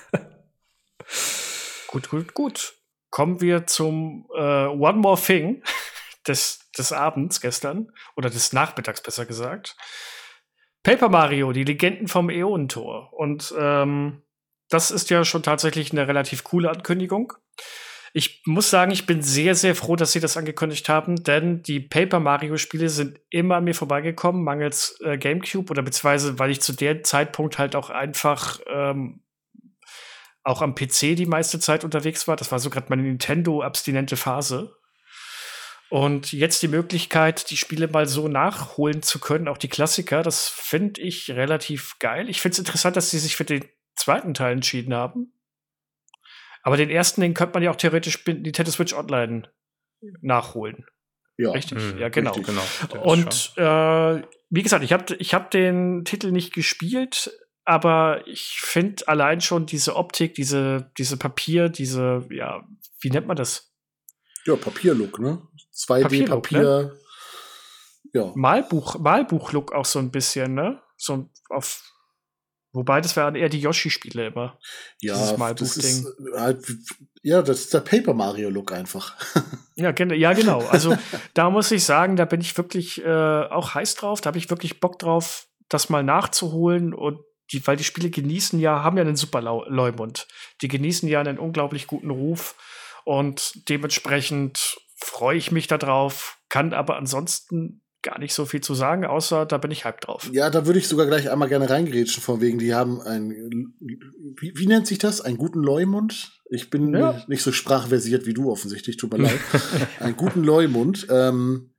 Gut, gut, gut. Kommen wir zum äh, One More Thing des, des Abends gestern. Oder des Nachmittags, besser gesagt. Paper Mario, die Legenden vom Äonentor. Und ähm, das ist ja schon tatsächlich eine relativ coole Ankündigung. Ich muss sagen, ich bin sehr, sehr froh, dass sie das angekündigt haben, denn die Paper Mario-Spiele sind immer an mir vorbeigekommen, mangels äh, GameCube oder beziehungsweise, weil ich zu dem Zeitpunkt halt auch einfach ähm, auch am P C die meiste Zeit unterwegs war. Das war so gerade meine Nintendo-abstinente Phase. Und jetzt die Möglichkeit, die Spiele mal so nachholen zu können, auch die Klassiker, das finde ich relativ geil. Ich finde es interessant, dass sie sich für den zweiten Teil entschieden haben. Aber den ersten, den könnte man ja auch theoretisch mit Nintendo Switch Online nachholen. Ja, richtig? Mhm, ja, genau. richtig, genau. Und äh, wie gesagt, ich habe ich hab den Titel nicht gespielt, aber ich finde allein schon diese Optik, diese, diese Papier, diese, ja, wie nennt man das? Ja, Papierlook, ne? zwei Papierlook, D-Papier. ne? Ja. Malbuch, Malbuch-Look auch so ein bisschen, ne? So auf. Wobei, das waren eher die Yoshi-Spiele immer. Ja, dieses das Malbuch-Ding. ist halt, ja, das ist der Paper Mario-Look einfach. Ja, gen ja, genau. Also da muss ich sagen, da bin ich wirklich äh, auch heiß drauf. Da habe ich wirklich Bock drauf, das mal nachzuholen. Und die, weil die Spiele genießen ja, haben ja einen super Lau Leumund. Die genießen ja einen unglaublich guten Ruf. Und dementsprechend freue ich mich da drauf, kann aber ansonsten gar nicht so viel zu sagen, außer da bin ich hyped drauf. Ja, da würde ich sogar gleich einmal gerne reingrätschen, von wegen, die haben ein, wie, wie nennt sich das? Einen guten Leumund? Ich bin Ja. nicht so sprachversiert wie du offensichtlich, tut mir leid. Einen guten Leumund. Ähm,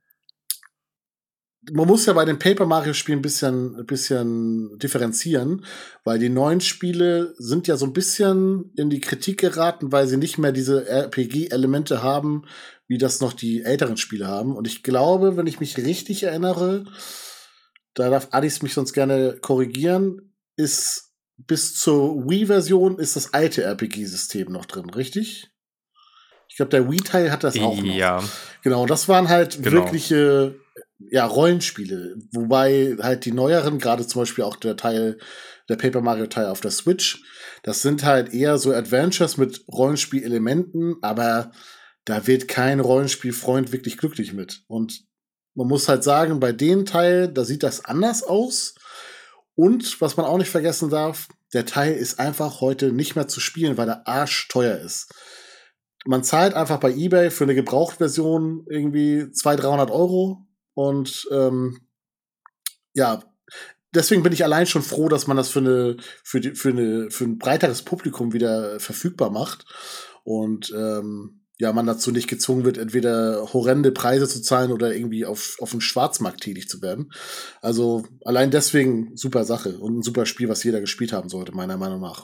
man muss ja bei den Paper Mario Spielen ein bisschen, ein bisschen differenzieren, weil die neuen Spiele sind ja so ein bisschen in die Kritik geraten, weil sie nicht mehr diese R P G-Elemente haben, wie das noch die älteren Spiele haben. Und ich glaube, wenn ich mich richtig erinnere, da darf Adis mich sonst gerne korrigieren, ist bis zur Wii-Version ist das alte R P G-System noch drin, richtig? Ich glaube, der Wii-Teil hat das auch noch. Ja. Genau, das waren halt Genau. wirkliche ja, Rollenspiele, wobei halt die neueren, gerade zum Beispiel auch der Teil, der Paper Mario Teil auf der Switch, das sind halt eher so Adventures mit Rollenspielelementen, aber da wird kein Rollenspielfreund wirklich glücklich mit. Und man muss halt sagen, bei dem Teil, da sieht das anders aus. Und was man auch nicht vergessen darf, der Teil ist einfach heute nicht mehr zu spielen, weil der Arsch teuer ist. Man zahlt einfach bei eBay für eine Gebrauchtversion irgendwie zweihundert, dreihundert Euro. Und ähm, ja, deswegen bin ich allein schon froh, dass man das für eine, für die, für eine, für ein breiteres Publikum wieder verfügbar macht. Und ähm, ja, man dazu nicht gezwungen wird, entweder horrende Preise zu zahlen oder irgendwie auf, auf dem Schwarzmarkt tätig zu werden. Also allein deswegen super Sache und ein super Spiel, was jeder gespielt haben sollte, meiner Meinung nach.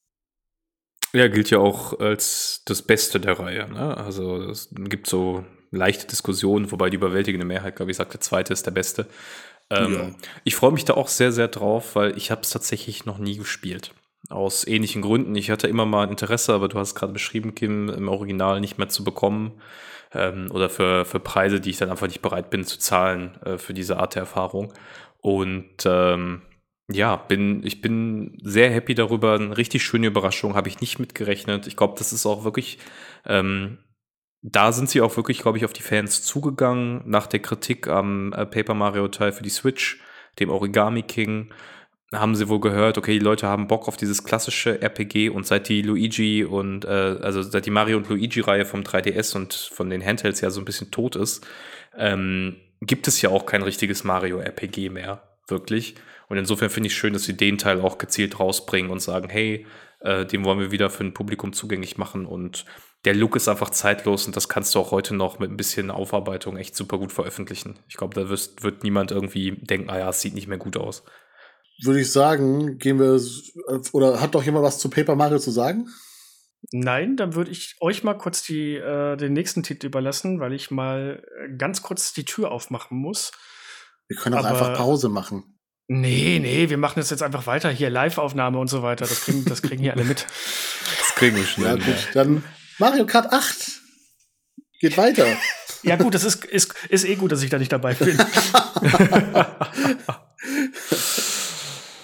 Ja, gilt ja auch als das Beste der Reihe. Ne? Also es gibt so leichte Diskussionen, wobei die überwältigende Mehrheit, glaube ich, sagt, der zweite ist der Beste. Ähm, Ja. Ich freue mich da auch sehr, sehr drauf, weil ich habe es tatsächlich noch nie gespielt. Aus ähnlichen Gründen. Ich hatte immer mal ein Interesse, aber du hast gerade beschrieben, Kim, im Original nicht mehr zu bekommen. Ähm, oder für, für Preise, die ich dann einfach nicht bereit bin zu zahlen äh, für diese Art der Erfahrung. Und ähm, ja, bin, ich bin sehr happy darüber. Eine richtig schöne Überraschung, habe ich nicht mitgerechnet. Ich glaube, das ist auch wirklich, ähm, da sind sie auch wirklich, glaube ich, auf die Fans zugegangen, nach der Kritik am äh, Paper Mario Teil für die Switch, dem Origami King. Haben sie wohl gehört, okay, die Leute haben Bock auf dieses klassische R P G und seit die Luigi und, äh, also seit die Mario und Luigi-Reihe vom drei D S und von den Handhelds ja so ein bisschen tot ist, ähm, gibt es ja auch kein richtiges Mario-R P G mehr, wirklich. Und insofern finde ich schön, dass sie den Teil auch gezielt rausbringen und sagen, hey, äh, den wollen wir wieder für ein Publikum zugänglich machen und der Look ist einfach zeitlos und das kannst du auch heute noch mit ein bisschen Aufarbeitung echt super gut veröffentlichen. Ich glaube, da wirst, wird niemand irgendwie denken, ah ja, es sieht nicht mehr gut aus. Würde ich sagen, gehen wir, oder hat doch jemand was zu Paper Mario zu sagen? Nein, dann würde ich euch mal kurz die, äh, den nächsten Titel überlassen, weil ich mal ganz kurz die Tür aufmachen muss. Wir können auch Aber- einfach Pause machen. Nee, nee, wir machen das jetzt einfach weiter. Hier, Live-Aufnahme und so weiter. Das kriegen, das kriegen hier alle mit. Das kriegen wir Ja, schnell. gut, dann Mario Kart acht. Geht weiter. Ja, gut, das ist, ist, ist eh gut, dass ich da nicht dabei bin.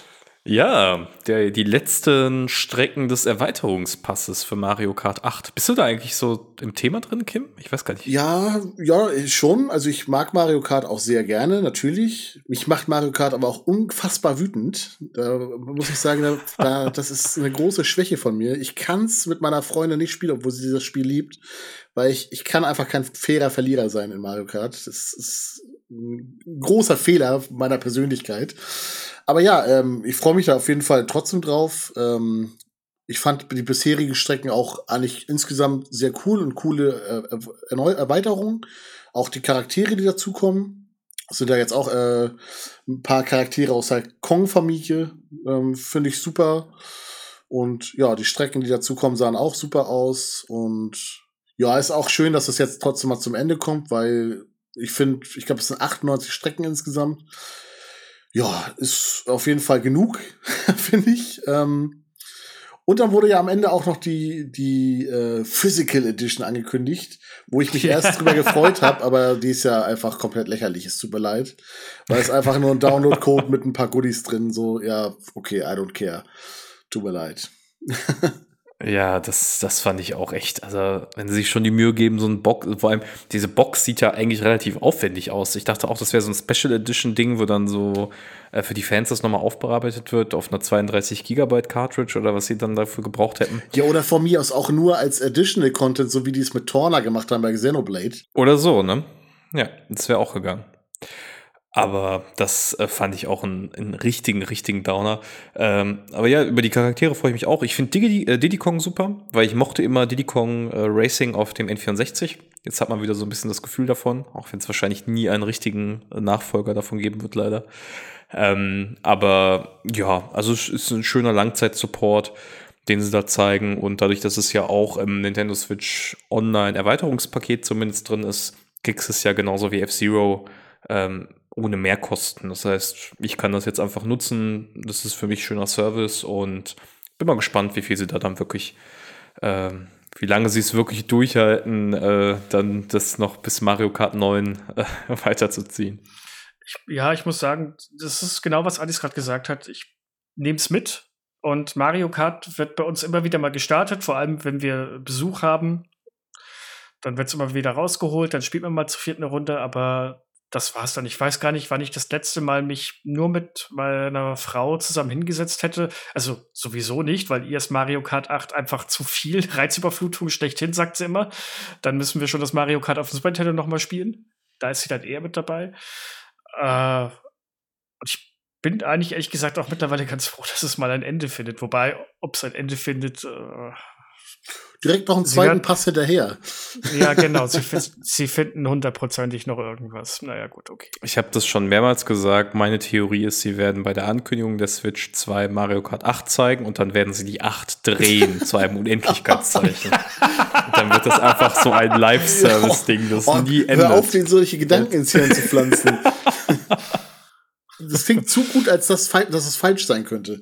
Ja, der, die letzten Strecken des Erweiterungspasses für Mario Kart acht. Bist du da eigentlich so im Thema drin, Kim? Ich weiß gar nicht. Ja, ja, schon. Also ich mag Mario Kart auch sehr gerne, natürlich. Mich macht Mario Kart aber auch unfassbar wütend. Da muss ich sagen, da, da, das ist eine große Schwäche von mir. Ich kann's mit meiner Freundin nicht spielen, obwohl sie dieses Spiel liebt, weil ich, ich kann einfach kein fairer Verlierer sein in Mario Kart. Das ist ein großer Fehler meiner Persönlichkeit. Aber ja, ähm, ich freue mich da auf jeden Fall trotzdem drauf. Ähm, ich fand die bisherigen Strecken auch eigentlich insgesamt sehr cool und coole äh, Erneu Erweiterungen. Auch die Charaktere, die dazukommen. Es sind ja jetzt auch äh, ein paar Charaktere aus der Kong-Familie. Ähm, Finde ich super. Und ja, die Strecken, die dazukommen, sahen auch super aus. Und ja, ist auch schön, dass es jetzt trotzdem mal zum Ende kommt, weil ich finde, ich glaube, es sind achtundneunzig Strecken insgesamt. Ja, ist auf jeden Fall genug, finde ich. Ähm, und dann wurde ja am Ende auch noch die, die äh, Physical Edition angekündigt, wo ich mich Ja. erst drüber gefreut habe, aber die ist ja einfach komplett lächerlich, es tut mir leid. Weil es einfach nur ein Download-Code mit ein paar Goodies drin, so, ja, okay, I don't care. Tut mir leid. Ja, das, das fand ich auch echt. Also, wenn sie sich schon die Mühe geben, so ein Box, vor allem diese Box sieht ja eigentlich relativ aufwendig aus. Ich dachte auch, das wäre so ein Special Edition Ding, wo dann so äh, für die Fans das nochmal aufbearbeitet wird auf einer zweiunddreißig Gigabyte Cartridge oder was sie dann dafür gebraucht hätten. Ja, oder von mir aus auch nur als Additional Content, so wie die es mit Torna gemacht haben bei Xenoblade. Oder so, ne? Ja, das wäre auch gegangen. Aber das äh, fand ich auch einen, einen richtigen, richtigen Downer. Ähm, aber ja, über die Charaktere freue ich mich auch. Ich finde Diddy, äh, Diddy Kong super, weil ich mochte immer Diddy Kong äh, Racing auf dem N vierundsechzig. Jetzt hat man wieder so ein bisschen das Gefühl davon, auch wenn es wahrscheinlich nie einen richtigen äh, Nachfolger davon geben wird, leider. Ähm, aber ja, also es ist ein schöner Langzeit-Support, den sie da zeigen. Und dadurch, dass es ja auch im Nintendo Switch Online-Erweiterungspaket zumindest drin ist, kriegst du es ja genauso wie F-Zero ähm, ohne Mehrkosten. Das heißt, ich kann das jetzt einfach nutzen. Das ist für mich schöner Service und bin mal gespannt, wie viel sie da dann wirklich, äh, wie lange sie es wirklich durchhalten, äh, dann das noch bis Mario Kart neun äh, weiterzuziehen. Ich, ja, ich muss sagen, das ist genau, was Alice gerade gesagt hat. Ich nehme es mit und Mario Kart wird bei uns immer wieder mal gestartet, vor allem wenn wir Besuch haben. Dann wird es immer wieder rausgeholt, dann spielt man mal zur vierten Runde, aber das war's dann. Ich weiß gar nicht, wann ich das letzte Mal mich nur mit meiner Frau zusammen hingesetzt hätte. Also sowieso nicht, weil ihr ist Mario Kart acht einfach zu viel. Reizüberflutung schlechthin, sagt sie immer. Dann müssen wir schon das Mario Kart auf dem Super Nintendo noch mal spielen. Da ist sie dann eher mit dabei. Äh, und ich bin eigentlich ehrlich gesagt auch mittlerweile ganz froh, dass es mal ein Ende findet. Wobei, ob es ein Ende findet, äh, Direkt noch einen zweiten Pass hinterher. Ja, genau. Sie, sie finden hundertprozentig noch irgendwas. Naja, gut, okay. Ich habe das schon mehrmals gesagt. Meine Theorie ist, sie werden bei der Ankündigung der Switch zwei Mario Kart acht zeigen und dann werden sie die acht drehen zu einem Unendlichkeitszeichen. Und dann wird das einfach so ein Live-Service-Ding, das oh, nie endet. Hör auf, den solche Gedanken ins Hirn zu pflanzen. Das klingt zu gut, als dass, dass es falsch sein könnte.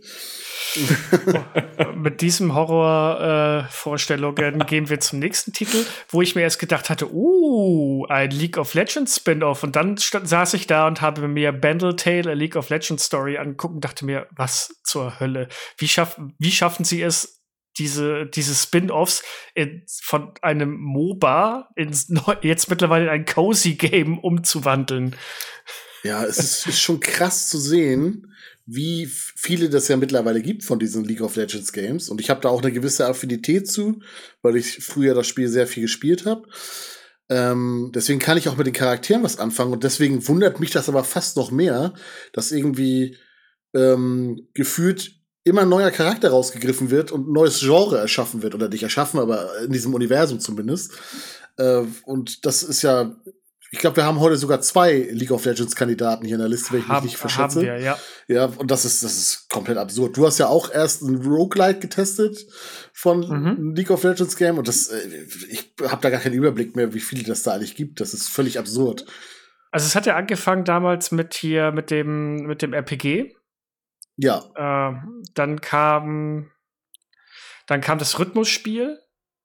Mit diesem Horror-Vorstellungen äh, gehen wir zum nächsten Titel, wo ich mir erst gedacht hatte, uh, ein League of Legends Spin-off. Und dann stand, saß ich da und habe mir Bandle Tale, a League of Legends Story angeguckt und dachte mir, was zur Hölle? Wie, schaff, wie schaffen sie es, diese, diese Spin-offs in, von einem MOBA ins, jetzt mittlerweile in ein Cozy Game umzuwandeln? Ja, es ist, ist schon krass zu sehen, wie viele das ja mittlerweile gibt von diesen League of Legends Games. Und ich habe da auch eine gewisse Affinität zu, weil ich früher das Spiel sehr viel gespielt habe. Ähm, deswegen kann ich auch mit den Charakteren was anfangen. Und deswegen wundert mich das aber fast noch mehr, dass irgendwie ähm, gefühlt immer ein neuer Charakter rausgegriffen wird und ein neues Genre erschaffen wird. Oder nicht erschaffen, aber in diesem Universum zumindest. Äh, und das ist ja Ich glaube, wir haben heute sogar zwei League of Legends Kandidaten hier in der Liste, wenn ich mich Haben- nicht verschätze. haben wir, ja. Ja, und das ist, das ist komplett absurd. Du hast ja auch erst ein Roguelike getestet von Mhm. League of Legends Game und das, äh, ich habe da gar keinen Überblick mehr, wie viele das da eigentlich gibt. Das ist völlig absurd. Also es hat ja angefangen damals mit hier, mit dem, mit dem R P G. Ja, Äh, dann kam, dann kam das Rhythmusspiel.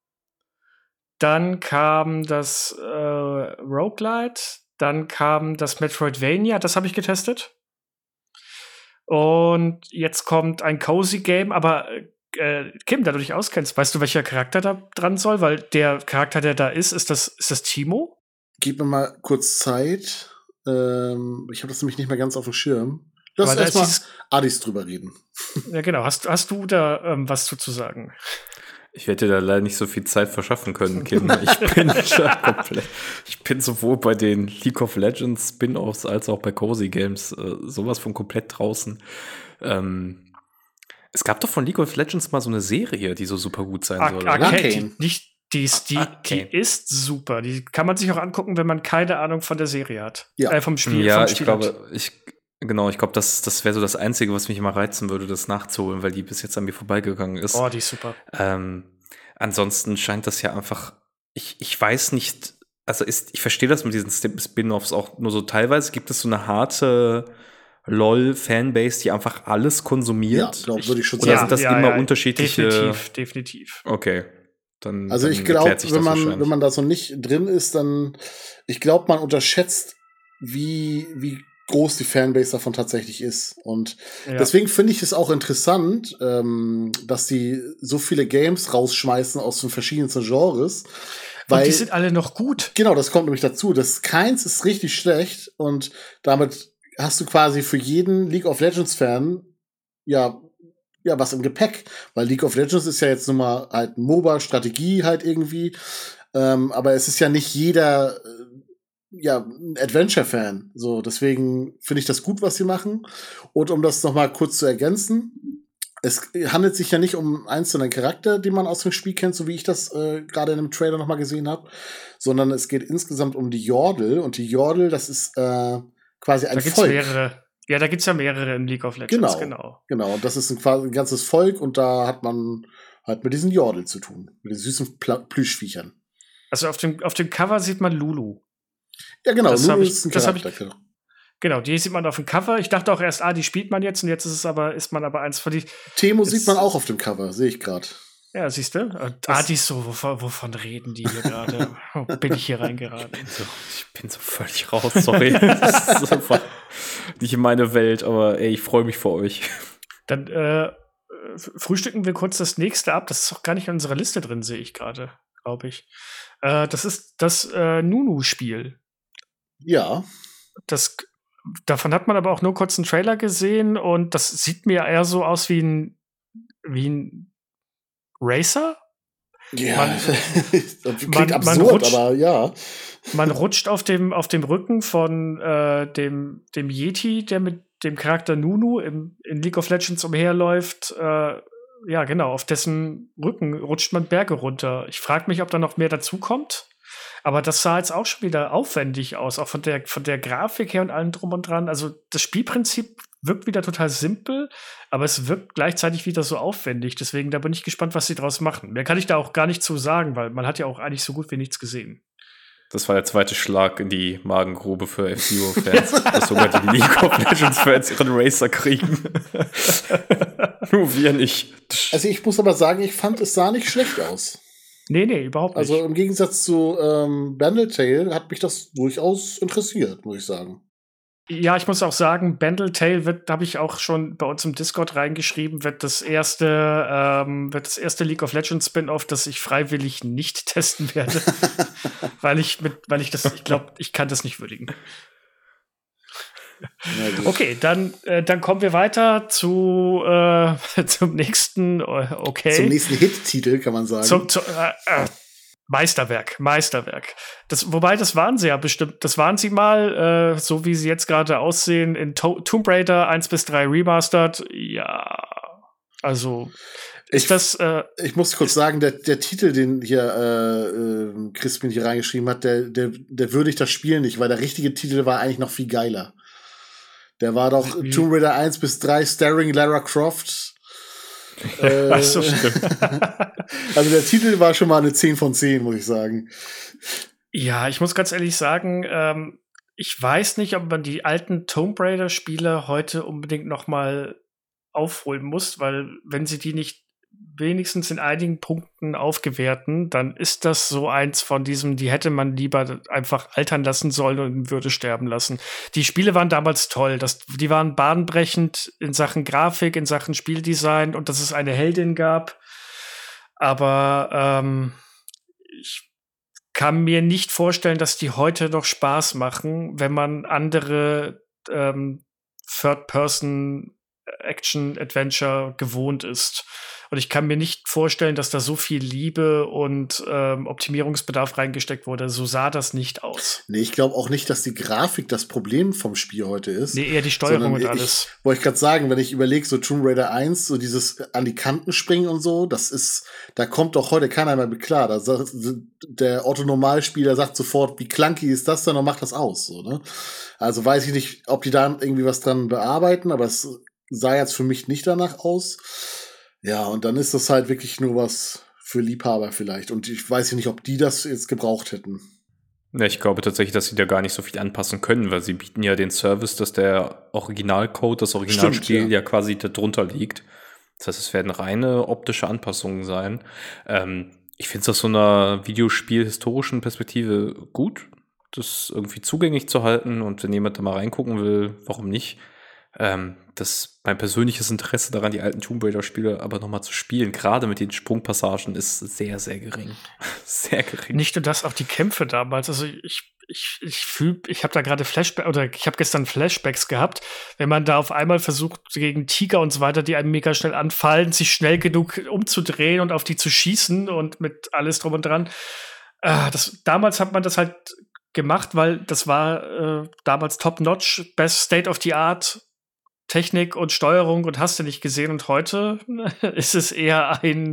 Dann kam das äh, Roguelite. Dann kam das Metroidvania. Das habe ich getestet. Und jetzt kommt ein Cozy Game, aber äh, Kim, da du dich auskennst, weißt du, welcher Charakter da dran soll? Weil der Charakter, der da ist, ist das, ist das Timo? Gib mir mal kurz Zeit. Ähm, ich habe das nämlich nicht mehr ganz auf dem Schirm. Lass Aber da ist erstmal dieses- Adis drüber reden. Ja, genau. Hast, hast du da ähm, was zu, zu sagen? Ich werde dir da leider nicht so viel Zeit verschaffen können, Kim. Ich bin schon komplett. Ich bin sowohl bei den League of Legends Spin-offs als auch bei Cozy Games äh, sowas von komplett draußen. Ähm, es gab doch von League of Legends mal so eine Serie, die so super gut sein Ar soll. Arcane. oder? Arcane. Die, nicht, die, ist, die, die Arcane. ist super. Die kann man sich auch angucken, wenn man keine Ahnung von der Serie hat. Ja. Äh, vom Spiel. Ja, vom ich Spiel glaube, hat. ich genau, ich glaube, das, das wäre so das Einzige, was mich immer reizen würde, das nachzuholen, weil die bis jetzt an mir vorbeigegangen ist. Oh, die ist super. Ähm, ansonsten scheint das ja einfach, ich, ich weiß nicht, also ist, ich verstehe das mit diesen Spin-offs auch nur so teilweise, gibt es so eine harte LOL-Fanbase, die einfach alles Ja, konsumiert? glaube würde ich schon Oder sagen. sind das immer unterschiedliche- Definitiv, definitiv. Okay. Dann, Also dann ich glaube, erklärt sich wenn das man, wahrscheinlich. wenn man da so nicht drin ist, dann, ich glaube, man unterschätzt, wie, wie groß die Fanbase davon tatsächlich ist. Und Ja. deswegen finde ich es auch interessant, ähm, dass die so viele Games rausschmeißen aus den verschiedensten Genres. Und Weil, die sind alle noch gut. genau, das kommt nämlich dazu. Das keins ist richtig schlecht und damit hast du quasi für jeden League of Legends Fan ja ja was im Gepäck, weil League of Legends ist ja jetzt nun mal halt ein MOBA Strategie halt irgendwie, ähm, aber es ist ja nicht jeder äh, ja ein Adventure Fan, so deswegen finde ich das gut, was sie machen. Und um das noch mal kurz zu ergänzen, es handelt sich ja nicht um einen einzelnen Charakter, den man aus dem Spiel kennt, so wie ich das äh, gerade in einem Trailer noch mal gesehen habe, sondern es geht insgesamt um die Yordle und die Yordle, das ist äh, quasi ein Da gibt's Volk. mehrere. Ja, da gibt's ja mehrere in League of Legends. Genau. genau. Genau, und das ist ein, quasi ein ganzes Volk und da hat man halt mit diesen Yordle zu tun, mit den süßen Pla Plüschviechern. Also auf dem, auf dem Cover sieht man Lulu. Ja, genau, Das Lulu hab ich- ist ein das hab ich- Charakter. Genau. Genau, die sieht man auf dem Cover. Ich dachte auch erst, ah, die spielt man jetzt und jetzt ist es aber, ist man aber eins von die. Temo Ist- sieht man auch auf dem Cover, sehe ich gerade. Ja, siehst du? Und, ah, die ist so, wovon, wovon reden die hier gerade? Wo bin ich hier reingeraten? So, ich bin so völlig raus, sorry. Das ist einfach nicht meine Welt, aber ey, ich freue mich für euch. Dann äh, frühstücken wir kurz das nächste ab. Das ist doch gar nicht in unserer Liste drin, sehe ich gerade, glaube ich. Äh, das ist das äh, Nunu-Spiel. Ja, Das, davon hat man aber auch nur kurz einen Trailer gesehen und das sieht mir eher so aus wie ein, wie ein Racer. ja, Man- das klingt man- man absurd, rutscht- aber ja. Man rutscht auf dem, auf dem Rücken von äh, dem, dem Yeti, der mit dem Charakter Nunu im, in League of Legends umherläuft. Äh, ja, genau, auf dessen Rücken rutscht man Berge runter. Ich frage mich, ob da noch mehr dazukommt. Aber das sah jetzt auch schon wieder aufwendig aus, auch von der, von der Grafik her und allem drum und dran. Also das Spielprinzip wirkt wieder total simpel, aber es wirkt gleichzeitig wieder so aufwendig. Deswegen, da bin ich gespannt, was sie draus machen. Mehr kann ich da auch gar nicht zu sagen, weil man hat ja auch eigentlich so gut wie nichts gesehen. Das war der zweite Schlag in die Magengrube für F-Zero-Fans, dass sogar die League of Legends-Fans ihren Racer kriegen. Nur wir nicht. Also ich muss aber sagen, ich fand, es sah nicht schlecht aus. Nee, nee, überhaupt nicht. Also im Gegensatz zu ähm, Bandle hat mich das durchaus interessiert, muss ich sagen. Ja, ich muss auch sagen, Bandle wird, habe ich auch schon bei uns im Discord reingeschrieben, wird das erste, ähm, wird das erste League of Legends Spin-off, das ich freiwillig nicht testen werde, weil ich mit, weil ich das, ich glaube, ich kann das nicht würdigen. Na gut. Okay, dann, äh, dann kommen wir weiter zu äh, zum nächsten. Äh, okay. Zum nächsten Hit-Titel kann man sagen. Zum, zu, äh, äh, Meisterwerk, Meisterwerk. Das, wobei, das waren sie ja bestimmt. Das waren sie mal, äh, so wie sie jetzt gerade aussehen, in to Tomb Raider eins bis drei Remastered. Ja, also ist Ich- das. Äh, Ich muss kurz sagen, der, der Titel, den hier äh, äh, Crispin hier reingeschrieben hat, der, der, der würdigt das Spiel nicht, weil der richtige Titel war eigentlich noch viel geiler. Der war doch Wie? Tomb Raider eins bis drei, Starring Lara Croft. äh, ach so, stimmt. Also der Titel war schon mal eine zehn von zehn, muss ich sagen. Ja, ich muss ganz ehrlich sagen, ähm, ich weiß nicht, ob man die alten Tomb Raider-Spiele heute unbedingt noch mal aufholen muss, weil wenn sie die nicht wenigstens in einigen Punkten aufgewerten, dann ist das so eins von diesem, die hätte man lieber einfach altern lassen sollen und in Würde sterben lassen. Die Spiele waren damals toll. Das, die waren bahnbrechend in Sachen Grafik, in Sachen Spieldesign und dass es eine Heldin gab. Aber ähm, ich kann mir nicht vorstellen, dass die heute noch Spaß machen, wenn man andere ähm, Third-Person-Action-Adventure gewohnt ist. Und ich kann mir nicht vorstellen, dass da so viel Liebe und ähm, Optimierungsbedarf reingesteckt wurde. So sah das nicht aus. Nee, ich glaube auch nicht, dass die Grafik das Problem vom Spiel heute ist. Nee, eher die Steuerung und alles. Ich, wollte ich gerade sagen, wenn ich überlege, so Tomb Raider eins, so dieses an die Kanten springen und so, das ist, da kommt doch heute keiner mehr mit klar. Da sagt, der Otto-Normalspieler sagt sofort, wie clunky ist das denn und macht das aus, so, ne? Also weiß ich nicht, ob die da irgendwie was dran bearbeiten, aber es sah jetzt für mich nicht danach aus. Ja, und dann ist das halt wirklich nur was für Liebhaber vielleicht. Und ich weiß ja nicht, ob die das jetzt gebraucht hätten. Ja, ich glaube tatsächlich, dass sie da gar nicht so viel anpassen können, weil sie bieten ja den Service, dass der Originalcode, das Originalspiel Stimmt, ja. ja quasi darunter liegt. Das heißt, es werden reine optische Anpassungen sein. Ähm, ich finde es aus so einer Videospiel-historischen Perspektive gut, das irgendwie zugänglich zu halten. Und wenn jemand da mal reingucken will, warum nicht? Ähm, das mein persönliches Interesse daran, die alten Tomb Raider-Spiele aber nochmal zu spielen, gerade mit den Sprungpassagen, ist sehr, sehr gering. Sehr gering. Nicht nur das, auch die Kämpfe damals. Also ich, ich, ich fühl, ich habe da gerade Flashback oder ich habe gestern Flashbacks gehabt, wenn man da auf einmal versucht, gegen Tiger und so weiter, die einem mega schnell anfallen, sich schnell genug umzudrehen und auf die zu schießen und mit alles drum und dran. Äh, das, damals hat man das halt gemacht, weil das war äh, damals top-notch, best state of the art Technik und Steuerung und hast du nicht gesehen. Und heute ist es eher ein,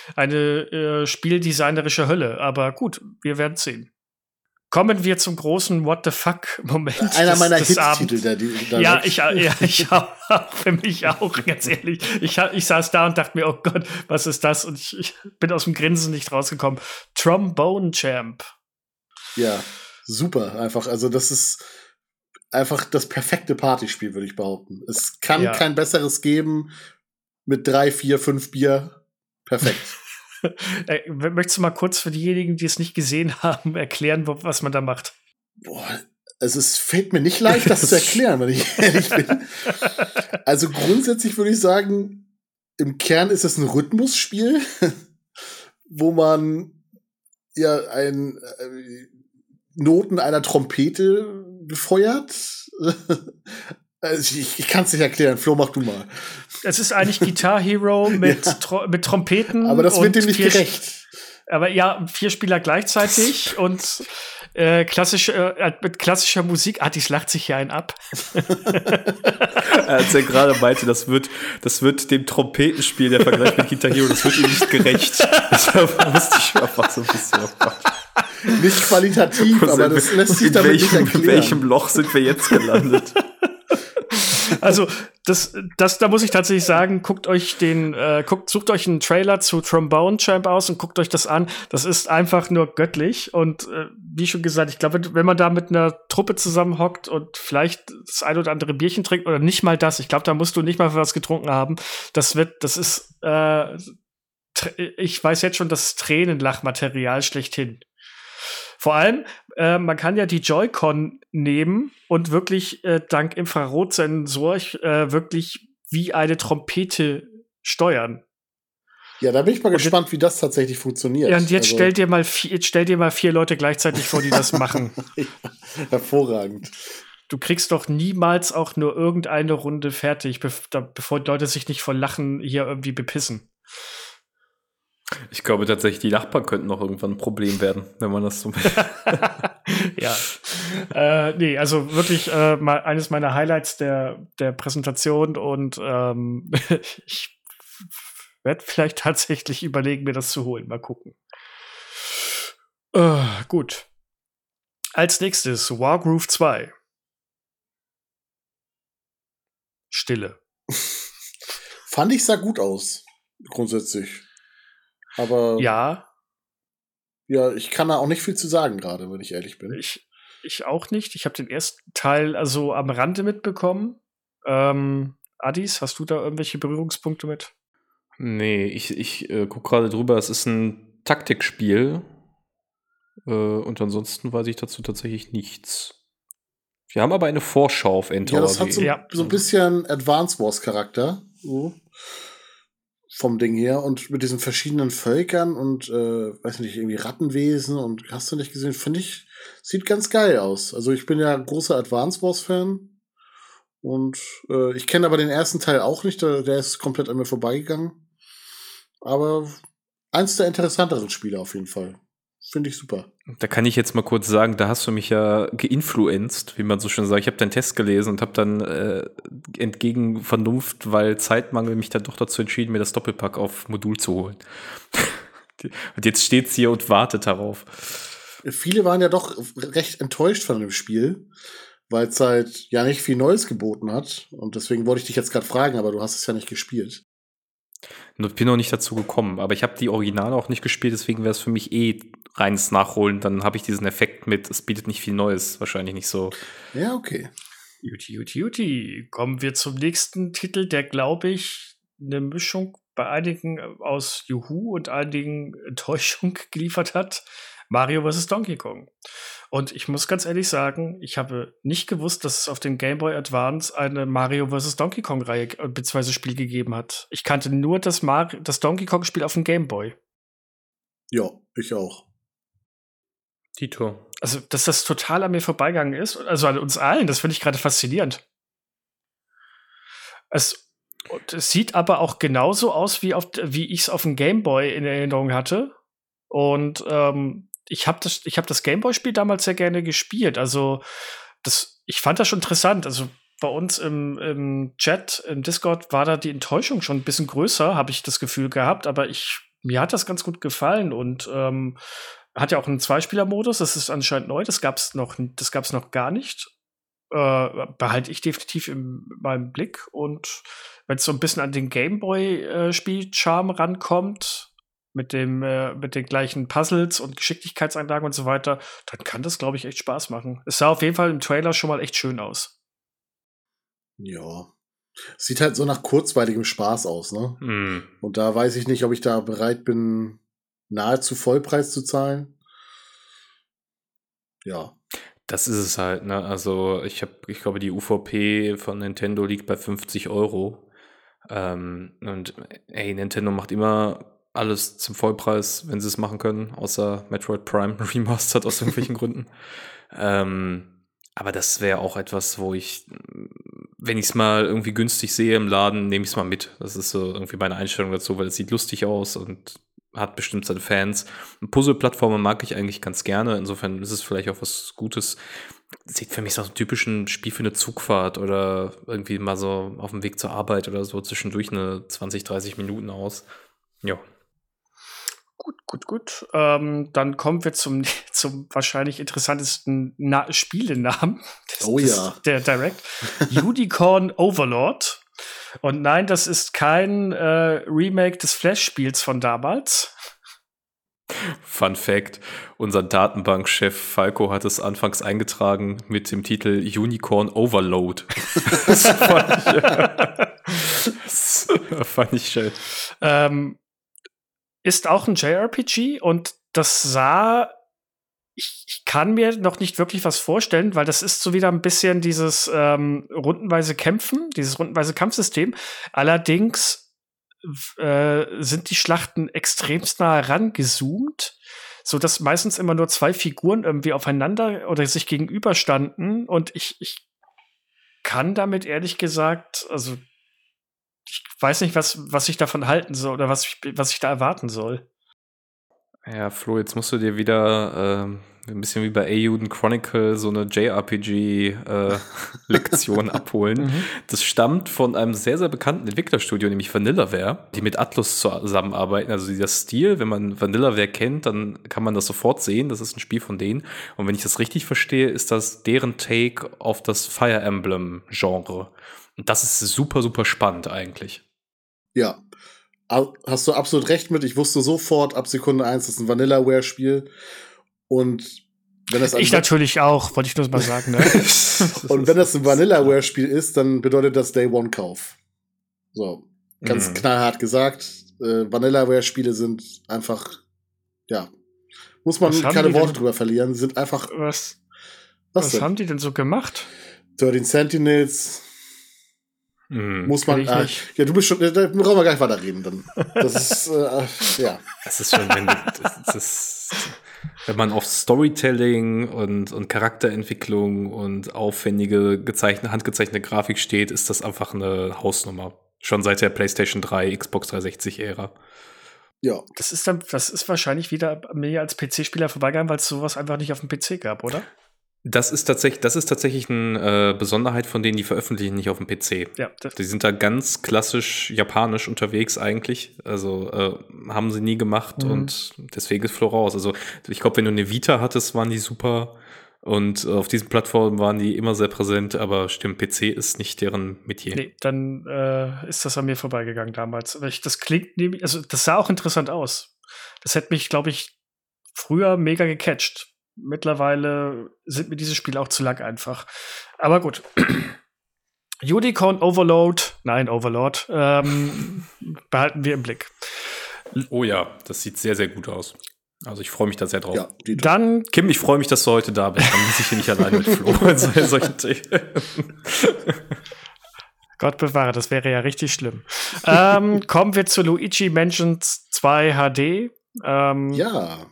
eine äh, spieldesignerische Hölle. Aber gut, wir werden sehen. Kommen wir zum großen What the fuck-Moment. Einer des, meiner des Hits-Titel, Abends. der, der Ja, ich, ja, ich auch, für mich auch, ganz ehrlich. Ich, ich saß da und dachte mir, oh Gott, was ist das? Und ich, ich bin aus dem Grinsen nicht rausgekommen. Trombone Champ. Ja, super, einfach. Also, das ist einfach das perfekte Partyspiel, würde ich behaupten. Es kann Ja. kein besseres geben mit drei, vier, fünf Bier. Perfekt. Äh, Möchtest du mal kurz für diejenigen, die es nicht gesehen haben, erklären, wo- was man da macht? Boah, es ist, fällt mir nicht leicht, das zu erklären, wenn ich ehrlich bin. Also grundsätzlich würde ich sagen, im Kern ist es ein Rhythmusspiel, wo man ja ein äh, Noten einer Trompete befeuert. Also ich ich kann es nicht erklären. Flo, mach du mal. Es ist eigentlich Guitar Hero mit, Ja. Tro mit Trompeten. Aber das wird und dem nicht vier, gerecht. Aber ja, vier Spieler gleichzeitig und äh, klassisch, äh, mit klassischer Musik. Ah, dies lacht sich hier einen ab. Als er gerade meinte, das wird, das wird dem Trompetenspiel, der Vergleich mit Guitar Hero, das wird ihm nicht gerecht. Deshalb musste ich einfach so ein bisschen aufmachen. Nicht qualitativ, aber das lässt sich in damit welchem, nicht erklären. in welchem Loch sind wir jetzt gelandet? Also, das, das, da muss ich tatsächlich sagen, guckt euch den, äh, guckt, sucht euch einen Trailer zu Trombone Champ aus und guckt euch das an. Das ist einfach nur göttlich. Und äh, wie schon gesagt, ich glaube, wenn man da mit einer Truppe zusammenhockt und vielleicht das ein oder andere Bierchen trinkt oder nicht mal das, ich glaube, da musst du nicht mal was getrunken haben. Das wird, das ist, äh, tr- ich weiß jetzt schon, das ist Tränenlachmaterial schlechthin. Vor allem, äh, man kann ja die Joy-Con nehmen und wirklich äh, dank Infrarotsensor äh, wirklich wie eine Trompete steuern. Ja, da bin ich mal Und gespannt, wie das tatsächlich funktioniert. Ja, und jetzt Also, stell dir mal vier, jetzt stell dir mal vier Leute gleichzeitig vor, die das machen. hervorragend. Du kriegst doch niemals auch nur irgendeine Runde fertig, bev da, bevor die Leute sich nicht vor Lachen hier irgendwie bepissen. Ich glaube tatsächlich, die Nachbarn könnten noch irgendwann ein Problem werden, wenn man das so Ja. äh, nee, also wirklich äh, mal eines meiner Highlights der, der Präsentation und ähm, ich werde vielleicht tatsächlich überlegen, mir das zu holen. Mal gucken. Äh, gut. Als nächstes Wargroove zwei. Stille. Fand ich sah gut aus, grundsätzlich. Aber Ja, ja, ich kann da auch nicht viel zu sagen gerade, wenn ich ehrlich bin. ich, ich auch nicht. Ich habe den ersten Teil also am Rande mitbekommen. Ähm, Adis, hast du da irgendwelche Berührungspunkte mit? Nee, ich, ich äh, gucke gerade drüber, es ist ein Taktikspiel. Äh, und ansonsten weiß ich dazu tatsächlich nichts. Wir haben aber eine Vorschau auf Endor. Ja, das hat so, Ja. so ein bisschen Advance Wars Charakter. So. Vom Ding her. Und mit diesen verschiedenen Völkern und, äh, weiß nicht, irgendwie Rattenwesen und hast du nicht gesehen, finde ich, sieht ganz geil aus. Also ich bin ja großer Advance Wars Fan. Und äh, ich kenne aber den ersten Teil auch nicht, der, der ist komplett an mir vorbeigegangen. Aber eins der interessanteren Spiele auf jeden Fall. Finde ich super. Da kann ich jetzt mal kurz sagen, da hast du mich ja geinfluenzt, wie man so schön sagt. Ich habe deinen Test gelesen und habe dann äh, entgegen Vernunft, weil Zeitmangel, mich dann doch dazu entschieden, mir das Doppelpack auf Modul zu holen. Und jetzt steht's hier und wartet darauf. Viele waren ja doch recht enttäuscht von dem Spiel, weil es halt ja nicht viel Neues geboten hat. Und deswegen wollte ich dich jetzt gerade fragen, aber du hast es ja nicht gespielt. Ich bin noch nicht dazu gekommen, aber ich habe die Originale auch nicht gespielt, deswegen wäre es für mich eh reines Nachholen. Dann habe ich diesen Effekt mit, es bietet nicht viel Neues, wahrscheinlich nicht so. Ja, okay. Juti, juti, juti. Kommen wir zum nächsten Titel, der, glaube ich, eine Mischung bei einigen aus Juhu und einigen Enttäuschung geliefert hat. Mario versus. Donkey Kong. Und ich muss ganz ehrlich sagen, ich habe nicht gewusst, dass es auf dem Game Boy Advance eine Mario versus. Donkey Kong Reihe bzw. Spiel gegeben hat. Ich kannte nur das, Mar- das Donkey Kong Spiel auf dem Game Boy. Ja, ich auch. Tito. Also, dass das total an mir vorbeigegangen ist, also an uns allen, das finde ich gerade faszinierend. Es, und es sieht aber auch genauso aus, wie, auf, wie ich es auf dem Game Boy in Erinnerung hatte. Und ähm, ich habe das, ich hab das Gameboy-Spiel damals sehr gerne gespielt. Also, das, ich fand das schon interessant. Also, bei uns im, im Chat, im Discord, war da die Enttäuschung schon ein bisschen größer, habe ich das Gefühl gehabt. Aber ich, mir hat das ganz gut gefallen und ähm, hat ja auch einen Zweispieler-Modus. Das ist anscheinend neu. Das gab's noch, das gab's noch gar nicht. Äh, behalte ich definitiv in meinem Blick. Und wenn es so ein bisschen an den Gameboy-Spiel-Charme rankommt, mit dem äh, mit den gleichen Puzzles und Geschicklichkeitsanlagen und so weiter, dann kann das, glaube ich, echt Spaß machen. Es sah auf jeden Fall im Trailer schon mal echt schön aus. Ja. Sieht halt so nach kurzweiligem Spaß aus, ne? Mm. Und da weiß ich nicht, ob ich da bereit bin, nahezu Vollpreis zu zahlen. Ja. Das ist es halt, ne? Also ich habe, ich glaube, die U V P von Nintendo liegt bei fünfzig Euro. Ähm, und ey, Nintendo macht immer alles zum Vollpreis, wenn sie es machen können, außer Metroid Prime Remastered aus irgendwelchen Gründen. Ähm, aber das wäre auch etwas, wo ich, wenn ich es mal irgendwie günstig sehe im Laden, nehme ich es mal mit. Das ist so irgendwie meine Einstellung dazu, weil es sieht lustig aus und hat bestimmt seine Fans. Puzzle-Plattformen mag ich eigentlich ganz gerne. Insofern ist es vielleicht auch was Gutes. Sieht für mich so ein typischen Spiel für eine Zugfahrt oder irgendwie mal so auf dem Weg zur Arbeit oder so zwischendurch eine zwanzig, dreißig Minuten aus. Ja. Gut, gut, gut. Ähm, dann kommen wir zum, zum wahrscheinlich interessantesten Na- Spielenamen des, Oh ja. des, der Direct. Unicorn Overlord. Und nein, das ist kein äh, Remake des Flash-Spiels von damals. Fun Fact: Unser Datenbankchef Falco hat es anfangs eingetragen mit dem Titel Unicorn Overload. Das fand ich, das fand ich schön. Ähm, ist auch ein J R P G und das sah, ich, ich kann mir noch nicht wirklich was vorstellen, weil das ist so wieder ein bisschen dieses ähm, rundenweise Kämpfen, dieses rundenweise Kampfsystem. Allerdings äh, sind die Schlachten extremst nah herangezoomt, so dass meistens immer nur zwei Figuren irgendwie aufeinander oder sich gegenüberstanden und ich, ich kann damit ehrlich gesagt, also ich weiß nicht, was, was ich davon halten soll oder was ich, was ich da erwarten soll. Ja, Flo, jetzt musst du dir wieder ähm, ein bisschen wie bei Eiyuden Chronicle so eine J R P G-Lektion äh, abholen. Mhm. Das stammt von einem sehr, sehr bekannten Entwicklerstudio, nämlich Vanillaware, die mit Atlus zusammenarbeiten. Also dieser Stil, wenn man Vanillaware kennt, dann kann man das sofort sehen. Das ist ein Spiel von denen. Und wenn ich das richtig verstehe, ist das deren Take auf das Fire Emblem-Genre. Und das ist super, super spannend eigentlich. Ja. Hast du absolut recht mit. Ich wusste sofort ab Sekunde eins, das ist ein Vanillaware-Spiel. Und wenn das ich natürlich auch, wollte ich nur mal sagen. Ne? Und wenn das ein Vanillaware-Spiel ist, dann bedeutet das Day-One-Kauf. So, ganz mm. knallhart gesagt. Äh, Vanillaware-Spiele sind einfach, ja, muss man Was haben keine die Worte denn- drüber verlieren, sind einfach, Was, was, was denn? haben die denn so gemacht? dreizehn Sentinels, Mhm. muss man, Kenn ich ah, nicht. ja, du bist schon, da brauchen wir gar nicht weiter reden, dann. Das ist, äh, ja. Das ist schon, wenn, das, das ist, wenn man auf Storytelling und, und Charakterentwicklung und aufwendige gezeichnete, handgezeichnete Grafik steht, ist das einfach eine Hausnummer. Schon seit der PlayStation drei, Xbox dreihundertsechzig-Ära. Ja, Das ist dann, das ist wahrscheinlich wieder mir als P C-Spieler vorbeigegangen, weil es sowas einfach nicht auf dem P C gab, oder? Das ist tatsächlich, das ist tatsächlich eine äh, Besonderheit von denen, die veröffentlichen nicht auf dem P C. Ja, das, Die sind da ganz klassisch japanisch unterwegs eigentlich. Also äh, haben sie nie gemacht Mhm. und deswegen ist Flo raus. Also ich glaube, wenn du eine Vita hattest, waren die super und äh, auf diesen Plattformen waren die immer sehr präsent, aber stimmt, P C ist nicht deren Metier. nee, dann äh, ist das an mir vorbeigegangen damals. Aber ich, das klingt nämlich, also das sah auch interessant aus. Das hätte mich, glaube ich, früher mega gecatcht. Mittlerweile sind mir diese Spiele auch zu lang einfach. Aber gut. Unicorn Overload, nein, Overlord, ähm, behalten wir im Blick. Oh ja, das sieht sehr, sehr gut aus. Also ich freue mich da sehr drauf. ja, die Dann Kim, ich freue mich, dass du heute da bist. Dann muss ich hier nicht allein mit Flo in so- solchen Themen. Gott bewahre, das wäre ja richtig schlimm. ähm, kommen wir zu Luigi Mansions zwei H D. Ähm, ja,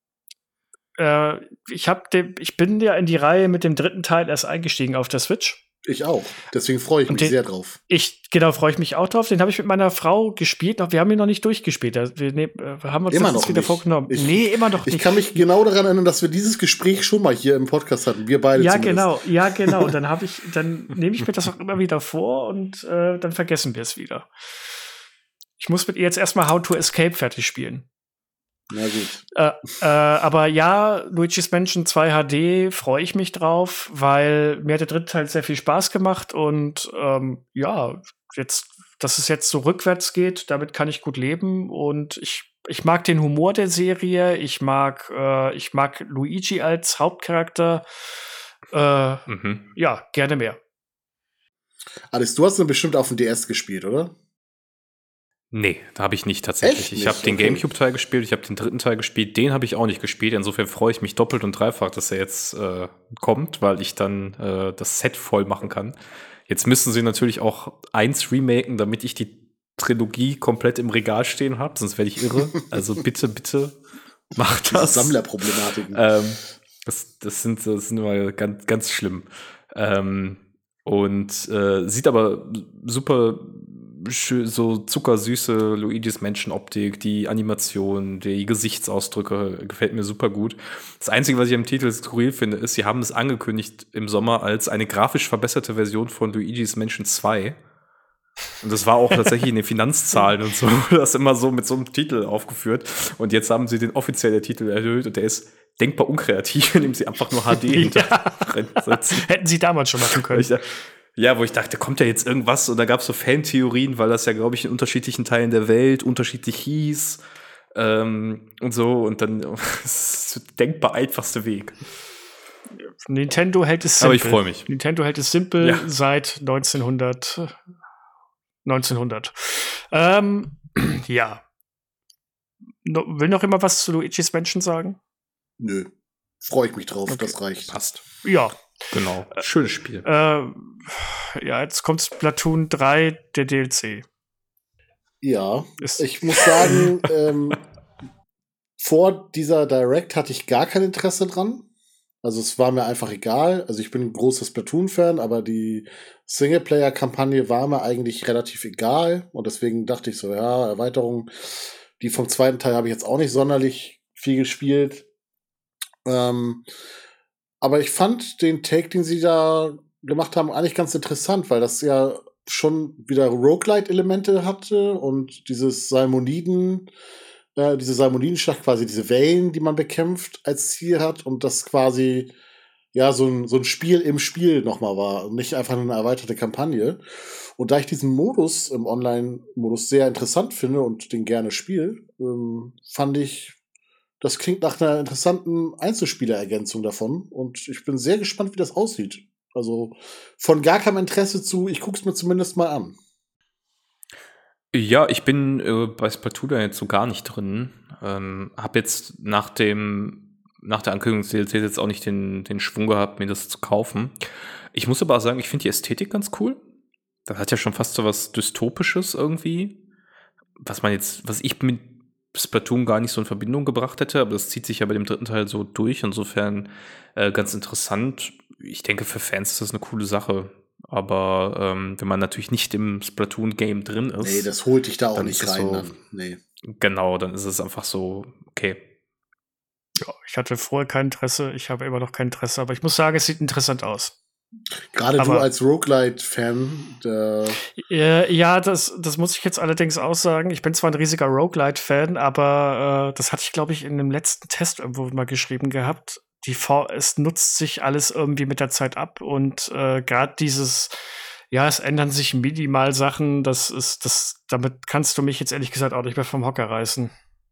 äh, ich, hab dem, ich bin ja in die Reihe mit dem dritten Teil erst eingestiegen auf der Switch. ich auch. Deswegen freue ich Und mich den- sehr drauf. Ich, genau, freue ich mich auch drauf. Den habe ich mit meiner Frau gespielt. Noch, wir haben ihn noch nicht durchgespielt. Also Wir, ne, wir haben uns Immer das jetzt noch wieder nicht. vorgenommen. Ich- nee, immer noch Ich nicht. kann mich genau daran erinnern, dass wir dieses Gespräch schon mal hier im Podcast hatten. Wir beide Ja, zumindest. genau, ja, genau. Und dann habe ich, dann nehme ich mir das auch immer wieder vor und äh, dann vergessen wir es wieder. Ich muss mit ihr jetzt erstmal How to Escape fertig spielen. Na gut. Äh, äh, aber ja, Luigi's Mansion zwei H D freue ich mich drauf, weil mir hat der dritte Teil sehr viel Spaß gemacht und ähm, ja, jetzt, dass es jetzt so rückwärts geht, damit kann ich gut leben und ich, ich mag den Humor der Serie, ich mag, äh, ich mag Luigi als Hauptcharakter. Äh, Mhm. ja, gerne mehr. Alice, du hast dann bestimmt auf dem D S gespielt, oder? Nee, da habe ich nicht tatsächlich. Echt Ich habe nicht? den Okay. Gamecube-Teil gespielt, ich habe den dritten Teil gespielt, den habe ich auch nicht gespielt. Insofern freue ich mich doppelt und dreifach, dass er jetzt äh, kommt, weil ich dann äh, das Set voll machen kann. Jetzt müssen sie natürlich auch eins remaken, damit ich die Trilogie komplett im Regal stehen habe, sonst werde ich irre. Also bitte, bitte macht Diese das. Sammlerproblematiken. Ähm, das, das, sind, das sind immer ganz, ganz schlimm. Ähm, und äh, sieht aber super schön, so zuckersüße Luigi's Mansion-Optik, die Animation, die Gesichtsausdrücke gefällt mir super gut. Das Einzige, was ich am Titel skurril finde, ist, sie haben es angekündigt im Sommer als eine grafisch verbesserte Version von Luigi's Mansion zwei. Und das war auch tatsächlich in den Finanzzahlen und so, das immer so mit so einem Titel aufgeführt. Und jetzt haben sie den offiziellen Titel erhöht und der ist denkbar unkreativ, indem sie einfach nur H D hinter setzen. Hätten sie damals schon machen können. Ich da- Ja, wo ich dachte, kommt da jetzt irgendwas? Und da gab es so Fantheorien, weil das ja, glaube ich, in unterschiedlichen Teilen der Welt unterschiedlich hieß. Ähm, und so. Und dann das ist der denkbar einfachste Weg. Nintendo hält es simpel. Aber ich freue mich. Nintendo hält es simpel Ja. seit neunzehnhundert. neunzehnhundert. Ähm, ja. No, will noch immer was zu Luigi's Mansion sagen? Nö. Freue ich mich drauf, Okay. das reicht. Passt. Ja. Genau. Schönes Spiel. Äh, ja, jetzt kommt Splatoon drei, der D L C. Ja, Ist, ich muss sagen, ähm, vor dieser Direct hatte ich gar kein Interesse dran. Also es war mir einfach egal. Also ich bin ein großer Splatoon-Fan, aber die Singleplayer-Kampagne war mir eigentlich relativ egal. Und deswegen dachte ich so, ja, Erweiterung. Die vom zweiten Teil habe ich jetzt auch nicht sonderlich viel gespielt. Ähm, aber ich fand den Take, den sie da gemacht haben, eigentlich ganz interessant, weil das ja schon wieder Roguelite-Elemente hatte und dieses Salmoniden, äh, diese Salmonidenschlacht, quasi diese Wellen, die man bekämpft, als Ziel hat und das quasi ja so ein, so ein Spiel im Spiel nochmal war und nicht einfach nur eine erweiterte Kampagne. Und da ich diesen Modus im Online-Modus sehr interessant finde und den gerne spiele, ähm, fand ich, das klingt nach einer interessanten Einzelspielerergänzung davon und ich bin sehr gespannt, wie das aussieht. Also von gar keinem Interesse zu, ich guck's mir zumindest mal an. Ja, ich bin äh, bei Splatoon da jetzt so gar nicht drin. Ähm, hab jetzt nach dem, nach der Ankündigung des D L Cs jetzt auch nicht den, den Schwung gehabt, mir das zu kaufen. Ich muss aber auch sagen, ich finde die Ästhetik ganz cool. Das hat ja schon fast so was Dystopisches irgendwie. Was man jetzt, was ich mit Splatoon gar nicht so in Verbindung gebracht hätte, aber das zieht sich ja bei dem dritten Teil so durch. Insofern äh, ganz interessant. Ich denke, für Fans ist das eine coole Sache. Aber ähm, wenn man natürlich nicht im Splatoon-Game drin ist. Nee, das holt dich da auch dann nicht ist es rein. so- Dann. Nee. Genau, dann ist es einfach so, okay. Ja, ich hatte vorher kein Interesse, ich habe immer noch kein Interesse, aber ich muss sagen, es sieht interessant aus. Gerade du Aber- als Roguelite-Fan, der Äh, ja, das, das muss ich jetzt allerdings auch sagen. Ich bin zwar ein riesiger Roguelite-Fan, aber äh, das hatte ich, glaube ich, in dem letzten Test irgendwo mal geschrieben gehabt. Die For es nutzt sich alles irgendwie mit der Zeit ab und äh, gerade dieses, ja, es ändern sich minimal Sachen, das ist, das, damit kannst du mich jetzt ehrlich gesagt auch nicht mehr vom Hocker reißen.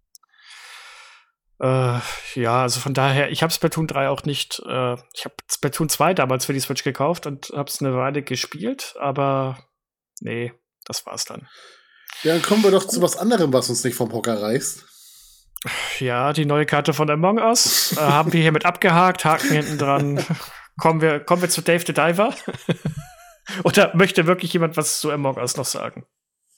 Äh, ja, also von daher, ich habe Splatoon drei auch nicht, äh, ich habe Splatoon zwei damals für die Switch gekauft und habe es eine Weile gespielt, aber nee, das war's dann. Ja, dann kommen wir doch zu was anderem, was uns nicht vom Hocker reißt. Ja, die neue Karte von Among Us äh, haben wir hiermit abgehakt, Haken hinten dran. kommen, wir, kommen wir zu Dave the Diver? Oder möchte wirklich jemand was zu Among Us noch sagen?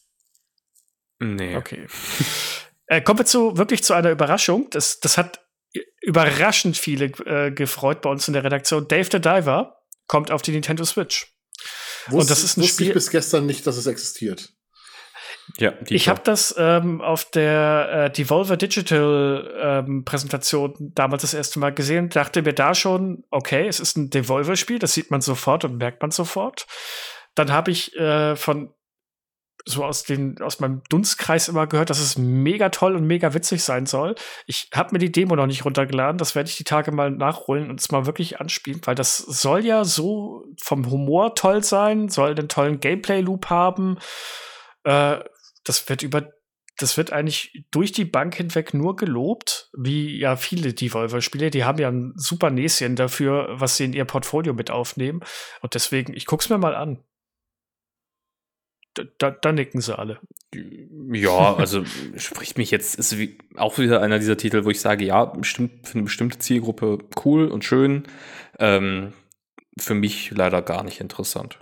Nee. Okay. äh, kommen wir zu, wirklich zu einer Überraschung. Das, das hat überraschend viele äh, gefreut bei uns in der Redaktion. Dave the Diver kommt auf die Nintendo Switch. Wusste, das ist ein wusste Spiel- ich bis gestern nicht, dass es existiert. Ja, die Ich habe das ähm, auf der äh, Devolver Digital ähm, Präsentation damals das erste Mal gesehen, dachte mir da schon, okay, es ist ein Devolver-Spiel, das sieht man sofort und merkt man sofort. Dann habe ich äh, von so aus den aus meinem Dunstkreis immer gehört, dass es mega toll und mega witzig sein soll. Ich habe mir die Demo noch nicht runtergeladen, das werde ich die Tage mal nachholen und es mal wirklich anspielen, weil das soll ja so vom Humor toll sein, soll einen tollen Gameplay-Loop haben. Äh, das wird über das wird eigentlich durch die Bank hinweg nur gelobt, wie ja viele Devolver-Spiele. Die haben ja ein super Näschen dafür, was sie in ihr Portfolio mit aufnehmen. Und deswegen, ich guck's mir mal an. Da, da, da nicken sie alle. Ja, also spricht mich jetzt, ist wie, auch wieder einer dieser Titel, wo ich sage, ja, bestimmt für eine bestimmte Zielgruppe cool und schön. Ähm, für mich leider gar nicht interessant.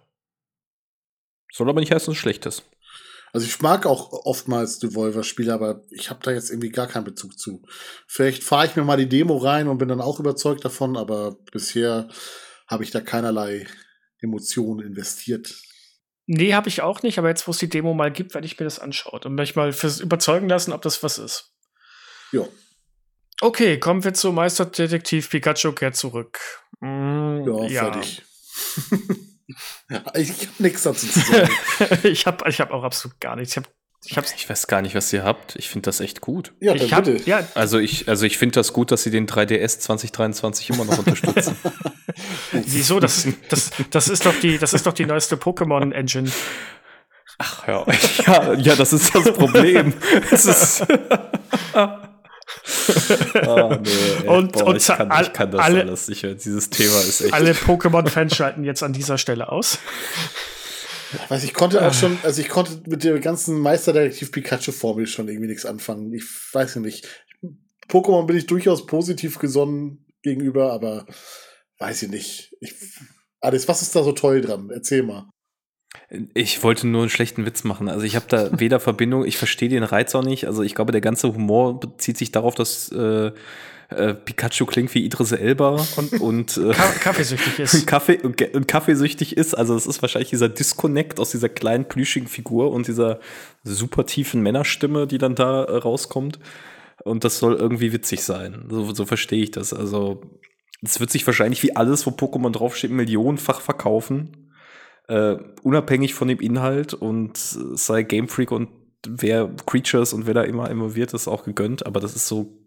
Soll aber nicht heißen, dass es schlecht ist. Also ich mag auch oftmals Devolver-Spiele, aber ich habe da jetzt irgendwie gar keinen Bezug zu. Vielleicht fahre ich mir mal die Demo rein und bin dann auch überzeugt davon, aber bisher habe ich da keinerlei Emotionen investiert. Nee, habe ich auch nicht, aber jetzt, wo es die Demo mal gibt, werde ich mir das anschauen und mich mal fürs überzeugen lassen, ob das was ist. Ja. Okay, kommen wir zu Meisterdetektiv Pikachu kehrt zurück. Mm, Ja, fertig. Ja, ich habe nichts dazu zu sagen. ich habe ich hab auch absolut gar nichts. Ich, hab, ich, hab's, Ich weiß gar nicht, was ihr habt. Ich finde das echt gut. Ja, dann ich hab, bitte. ja, Also ich, also ich finde das gut, dass sie den drei D S zwanzig dreiundzwanzig immer noch unterstützen. wieso? Das, das, das, ist doch die, das ist doch die neueste Pokémon-Engine. Ach ja, ja, ja, das ist das Problem. Es ist Ah, nee, ey. Und- Boah, und ich, kann, all- ich kann das alle- alles nicht. Dieses Thema ist echt. Alle Pokémon-Fans schalten jetzt an dieser Stelle aus. Ich weiß, ich konnte auch schon, also ich konnte mit der ganzen Meisterdetektiv Pikachu-Formel schon irgendwie nichts anfangen. Ich weiß nicht. Pokémon bin ich durchaus positiv gesonnen gegenüber, aber weiß ich nicht. Ich, Alex, was ist da so toll dran? Erzähl mal. Ich wollte nur einen schlechten Witz machen. Also ich habe da weder Verbindung, ich verstehe den Reiz auch nicht. Also ich glaube, der ganze Humor bezieht sich darauf, dass äh, äh, Pikachu klingt wie Idris Elba und, und äh, Ka kaffeesüchtig ist. Kaffee und, ge- und kaffeesüchtig ist. Also es ist wahrscheinlich dieser Disconnect aus dieser kleinen plüschigen Figur und dieser super tiefen Männerstimme, die dann da äh, rauskommt. Und das soll irgendwie witzig sein. So, so verstehe ich das. Also es wird sich wahrscheinlich wie alles, wo Pokémon draufsteht, millionenfach verkaufen. Uh, unabhängig von dem Inhalt und uh, sei Game Freak und wer Creatures und wer da immer involviert ist, auch gegönnt, aber das ist so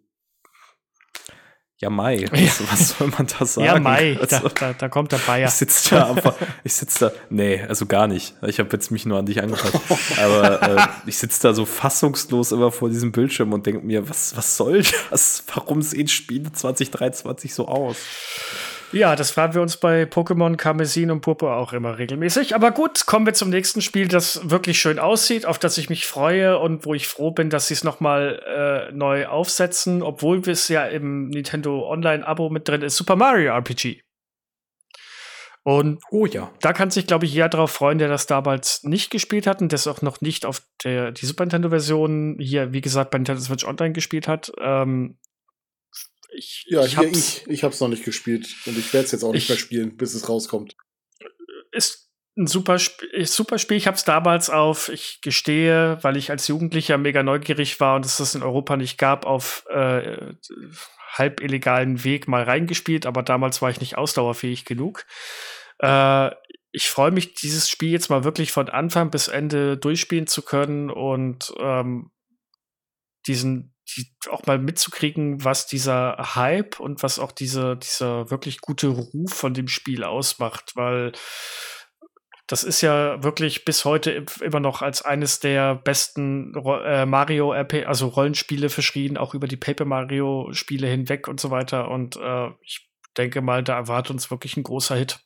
ja Mai, Ja. was, was soll man da sagen? Ja, Mai, Also, da, da, da kommt der Bayer. ich sitze da einfach, ich sitze da, nee, also gar nicht. Ich habe jetzt mich nur an dich angepasst. Aber äh, ich sitze da so fassungslos immer vor diesem Bildschirm und denke mir, was, was soll das? Warum sehen Spiele zwanzig dreiundzwanzig so aus? Ja, das fragen wir uns bei Pokémon Karmesin und Purpur auch immer regelmäßig. Aber gut, kommen wir zum nächsten Spiel, das wirklich schön aussieht, auf das ich mich freue und wo ich froh bin, dass sie es noch mal äh, neu aufsetzen, obwohl es ja im Nintendo Online-Abo mit drin ist, Super Mario R P G. Und oh ja. Da kann sich, glaube ich, jeder darauf freuen, der das damals nicht gespielt hat und das auch noch nicht auf der die Super Nintendo-Version hier, wie gesagt, bei Nintendo Switch Online gespielt hat. Ähm, ich, ja, ich hier hab's, ich. Ich hab's noch nicht gespielt und ich werde es jetzt auch nicht ich, mehr spielen, bis es rauskommt. Ist ein super, Sp ist super Spiel. Ich habe es damals auf, ich gestehe, weil ich als Jugendlicher mega neugierig war und es das in Europa nicht gab, auf äh, halb illegalen Weg mal reingespielt, aber damals war ich nicht ausdauerfähig genug. Äh, ich freue mich, dieses Spiel jetzt mal wirklich von Anfang bis Ende durchspielen zu können und ähm, diesen die, auch mal mitzukriegen, was dieser Hype und was auch diese, dieser wirklich gute Ruf von dem Spiel ausmacht, weil das ist ja wirklich bis heute immer noch als eines der besten äh, Mario R P, also Rollenspiele verschrien, auch über die Paper Mario Spiele hinweg und so weiter. Und äh, ich denke mal, da erwartet uns wirklich ein großer Hit.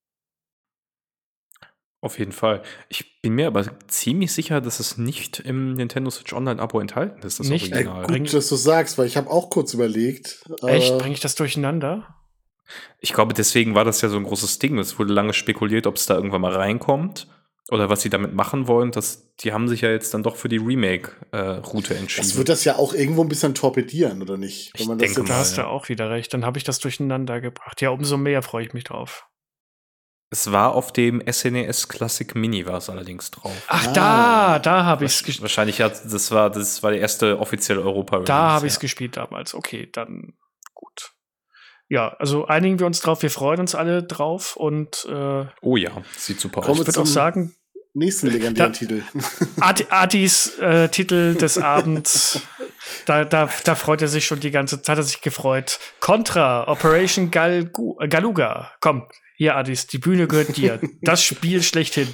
Auf jeden Fall. Ich bin mir aber ziemlich sicher, dass es nicht im Nintendo Switch Online-Abo enthalten ist, das nicht? Original. Äh, gut, dass du sagst, weil ich habe auch kurz überlegt. Echt? Äh, Bringe ich das durcheinander? Ich glaube, deswegen war das ja so ein großes Ding. Es wurde lange spekuliert, ob es da irgendwann mal reinkommt oder was sie damit machen wollen. Das, die haben sich ja jetzt dann doch für die Remake-Route äh, entschieden. Das wird das ja auch irgendwo ein bisschen torpedieren, oder nicht? Ich denke das mal, da hast du ja. auch wieder recht. Dann habe ich das durcheinander gebracht. Ja, umso mehr freue ich mich drauf. Es war auf dem S N E S Classic Mini war es allerdings drauf. Ach, Ah. da, da habe ich es gespielt. Wahrscheinlich hat das war das war der erste offizielle Europa-Release. Da habe ich es ja. gespielt damals. Okay, dann gut. Ja, also einigen wir uns drauf. Wir freuen uns alle drauf und äh, Oh ja, sieht super Kommen aus. ich würde auch sagen, nächsten legendären Da- Titel. Adi- Adis äh, Titel des Abends, da, da, da freut er sich schon die ganze Zeit, hat er sich gefreut. Contra, Operation Galgu äh, Galuga. Komm, hier Adis, die Bühne gehört dir. Das Spiel schlechthin.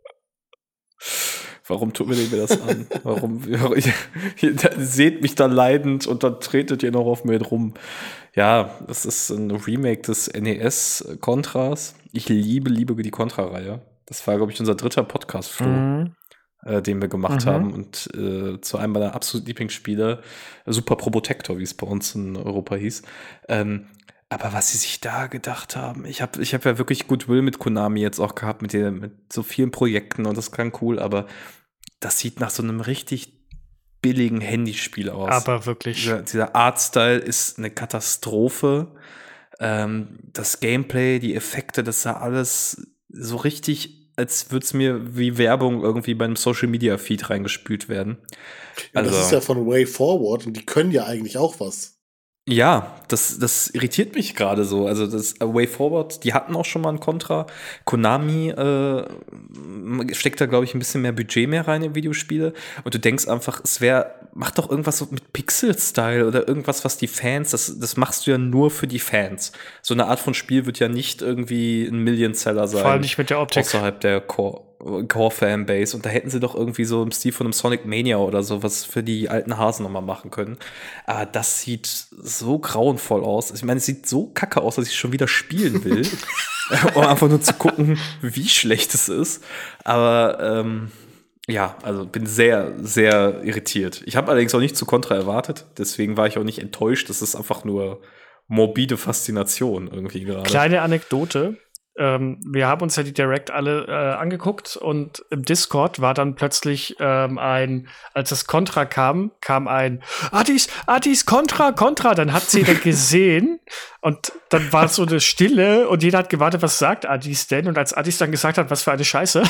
Warum tut mir mir das an? Warum? Ihr, ihr seht mich da leidend und dann tretet ihr noch auf mir rum. Ja, das ist ein Remake des N E S-Contras. Ich liebe, liebe die Contra-Reihe. Das war, glaube ich, unser dritter Podcast-Flo, Mhm. äh, den wir gemacht Mhm. haben. Und äh, zu einem meiner absoluten Lieblingsspiele, Super Probotector, wie es bei uns in Europa hieß. Ähm, aber was sie sich da gedacht haben, ich habe ich hab ja wirklich Goodwill mit Konami jetzt auch gehabt, mit, der, mit so vielen Projekten und das klang cool, aber das sieht nach so einem richtig billigen Handyspiel aus. Aber wirklich. Dieser, dieser Artstyle ist eine Katastrophe. Ähm, das Gameplay, die Effekte, das sah alles so richtig, als würde es mir wie Werbung irgendwie bei einem Social-Media-Feed reingespült werden. Ja, Also, das ist ja von Way Forward und die können ja eigentlich auch was. ja, das, das irritiert mich gerade so. Also das äh, Way Forward, die hatten auch schon mal ein Kontra. Konami äh, steckt da, glaube ich, ein bisschen mehr Budget mehr rein in Videospiele. Und du denkst einfach, es wäre, mach doch irgendwas so mit Pixel-Style oder irgendwas, was die Fans, das, das machst du ja nur für die Fans. So eine Art von Spiel wird ja nicht irgendwie ein Million-Seller sein. Vor allem nicht mit der Optik. Außerhalb der Core. Core-Fanbase und da hätten sie doch irgendwie so im Stil von einem Sonic Mania oder so was für die alten Hasen nochmal machen können. Aber das sieht so grauenvoll aus. Ich meine, es sieht so kacke aus, dass ich schon wieder spielen will. Um einfach nur zu gucken, wie schlecht es ist. Aber ähm, ja, also bin sehr, sehr irritiert. Ich habe allerdings auch nicht zu Contra erwartet. Deswegen war ich auch nicht enttäuscht. Das ist einfach nur morbide Faszination irgendwie gerade. Kleine Anekdote. Ähm, wir haben uns ja die Direct alle äh, angeguckt und im Discord war dann plötzlich ähm, ein, als das Contra kam, kam ein Adis, Adis, Contra, Contra. Dann hat sie dann gesehen und dann war so eine Stille und jeder hat gewartet, was sagt Adis denn? Und als Adis dann gesagt hat, was für eine Scheiße,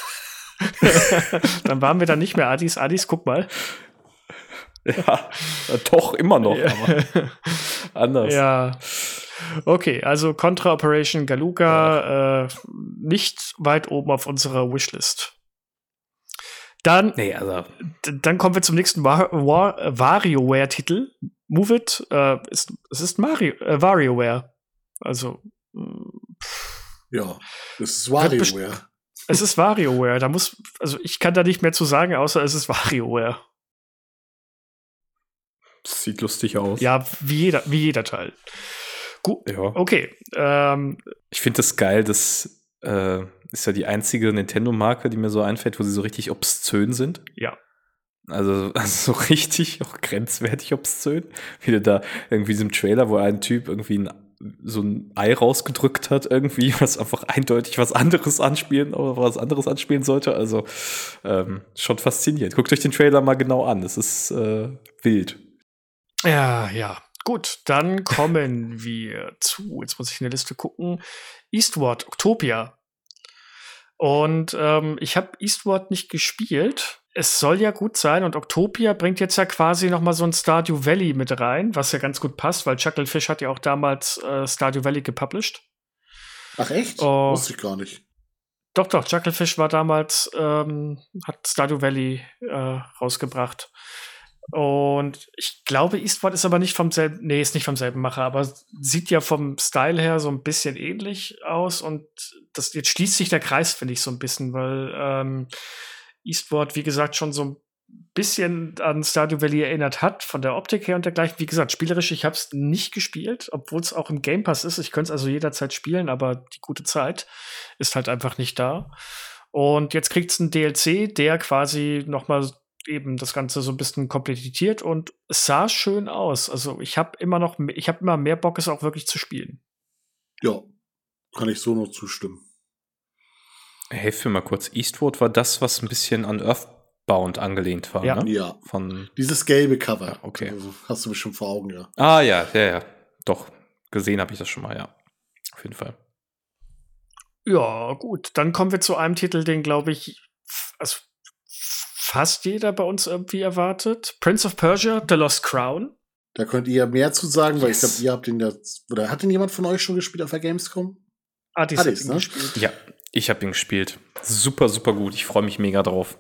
dann waren wir dann nicht mehr Adis, Adis, guck mal. Ja, doch, immer noch, aber anders. Ja. Okay, also Contra Operation Galuga, äh, nicht weit oben auf unserer Wishlist. Dann, Nee, also. d- dann kommen wir zum nächsten War War WarioWare-Titel. Move It, äh, ist, es ist Mario, äh, WarioWare. Also, mh, Ja, das ist Wird WarioWare. es ist WarioWare. Da muss, also ich kann da nicht mehr zu sagen, außer es ist WarioWare. Sieht lustig aus. Ja, wie jeder, wie jeder Teil. Gut, Ja. okay. Ähm, Ich finde das geil, das äh, ist ja die einzige Nintendo-Marke, die mir so einfällt, wo sie so richtig obszön sind. ja. Also, also so richtig auch grenzwertig obszön. Wie du da irgendwie in diesem Trailer, wo ein Typ irgendwie ein, so ein Ei rausgedrückt hat, irgendwie, was einfach eindeutig was anderes anspielen oder was anderes anspielen sollte. Also ähm, schon faszinierend. Guckt euch den Trailer mal genau an. Es ist äh, wild. Ja, ja. Gut, dann kommen wir zu, jetzt muss ich in der Liste gucken, Eastward, Octopia. Und ähm, ich habe Eastward nicht gespielt. Es soll ja gut sein und Octopia bringt jetzt ja quasi noch mal so ein Stardew Valley mit rein, was ja ganz gut passt, weil Chucklefish hat ja auch damals äh, Stardew Valley gepublished. Ach echt? Oh. Wusste ich gar nicht. Doch, doch, Chucklefish war damals, ähm, hat Stardew Valley äh, rausgebracht. Und ich glaube, Eastward ist aber nicht vom selben, nee, ist nicht vom selben Macher, aber sieht ja vom Style her so ein bisschen ähnlich aus. Und das jetzt schließt sich der Kreis, finde ich, so ein bisschen, weil ähm, Eastward, wie gesagt, schon so ein bisschen an Stardew Valley erinnert hat, von der Optik her und dergleichen. Wie gesagt, spielerisch, ich habe es nicht gespielt, obwohl es auch im Game Pass ist. Ich könnte es also jederzeit spielen, aber die gute Zeit ist halt einfach nicht da. Und jetzt kriegt es einen D L C, der quasi noch mal eben das Ganze so ein bisschen komplettiert und es sah schön aus. Also ich habe immer noch, ich habe immer mehr Bock, es auch wirklich zu spielen. Ja, kann ich so nur zustimmen. Helf mir mal kurz. Eastward war das, was ein bisschen an Earthbound angelehnt war, Ja. ne? Ja. Von Dieses gelbe Cover. Ja, okay. Also, hast du bestimmt vor Augen, ja. Ah, ja, ja, ja. Doch, gesehen habe ich das schon mal, ja. Auf jeden Fall. Ja, gut. Dann kommen wir zu einem Titel, den, glaube ich, f- also fast jeder bei uns irgendwie erwartet. Prince of Persia, The Lost Crown. Da könnt ihr mehr zu sagen, weil Yes. ich glaube, ihr habt den da. Oder hat den jemand von euch schon gespielt auf der Gamescom? Ah, die Hat hat ich's, ihn ne? gespielt. Ja, ich habe ihn gespielt. Super, super gut. Ich freue mich mega drauf.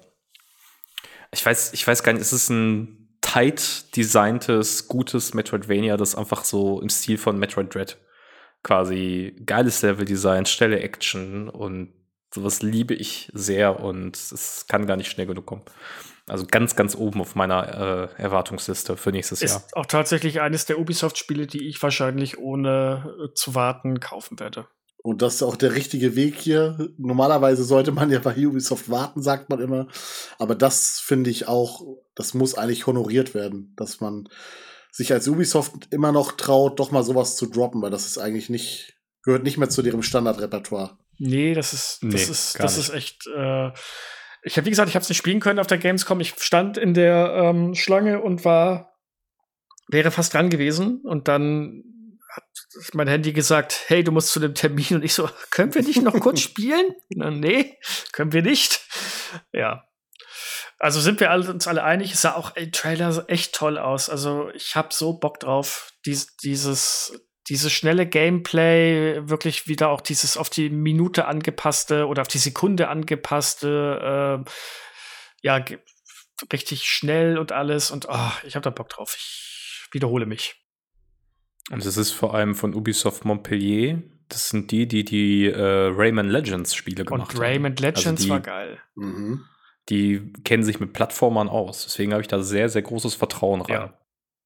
Ich weiß, ich weiß gar nicht, es ist ein tight designtes, gutes Metroidvania, das einfach so im Stil von Metroid Dread quasi geiles Leveldesign, schnelle Action und sowas liebe ich sehr und es kann gar nicht schnell genug kommen. Also ganz, ganz oben auf meiner äh, Erwartungsliste für nächstes Jahr. Ist auch tatsächlich eines der Ubisoft-Spiele, die ich wahrscheinlich ohne äh, zu warten kaufen werde. Und das ist auch der richtige Weg hier. Normalerweise sollte man ja bei Ubisoft warten, sagt man immer. Aber das finde ich auch, das muss eigentlich honoriert werden, dass man sich als Ubisoft immer noch traut, doch mal sowas zu droppen, weil das ist eigentlich nicht, gehört nicht mehr zu deren Standardrepertoire. Nee, das ist, das Nee, ist, gar das nicht. ist echt. Äh, ich habe, wie gesagt, ich habe es nicht spielen können auf der Gamescom. Ich stand in der ähm, Schlange und war, wäre fast dran gewesen. Und dann hat mein Handy gesagt, hey, du musst zu dem Termin. Und ich so, können wir nicht noch kurz spielen? Na, nee, können wir nicht. Ja. Also sind wir alle, uns alle einig, es sah auch im Trailer echt toll aus. Also ich habe so Bock drauf, dies, dieses, dieses schnelle Gameplay, wirklich wieder auch dieses auf die Minute angepasste oder auf die Sekunde angepasste, äh, ja, ge- richtig schnell und alles. Und oh, ich habe da Bock drauf. Ich wiederhole mich. Und es ist vor allem von Ubisoft Montpellier. Das sind die, die die äh, Rayman Legends Spiele gemacht Und haben. Rayman Legends Also die, war geil. Mhm. Die kennen sich mit Plattformern aus. Deswegen habe ich da sehr, sehr großes Vertrauen rein. Ja.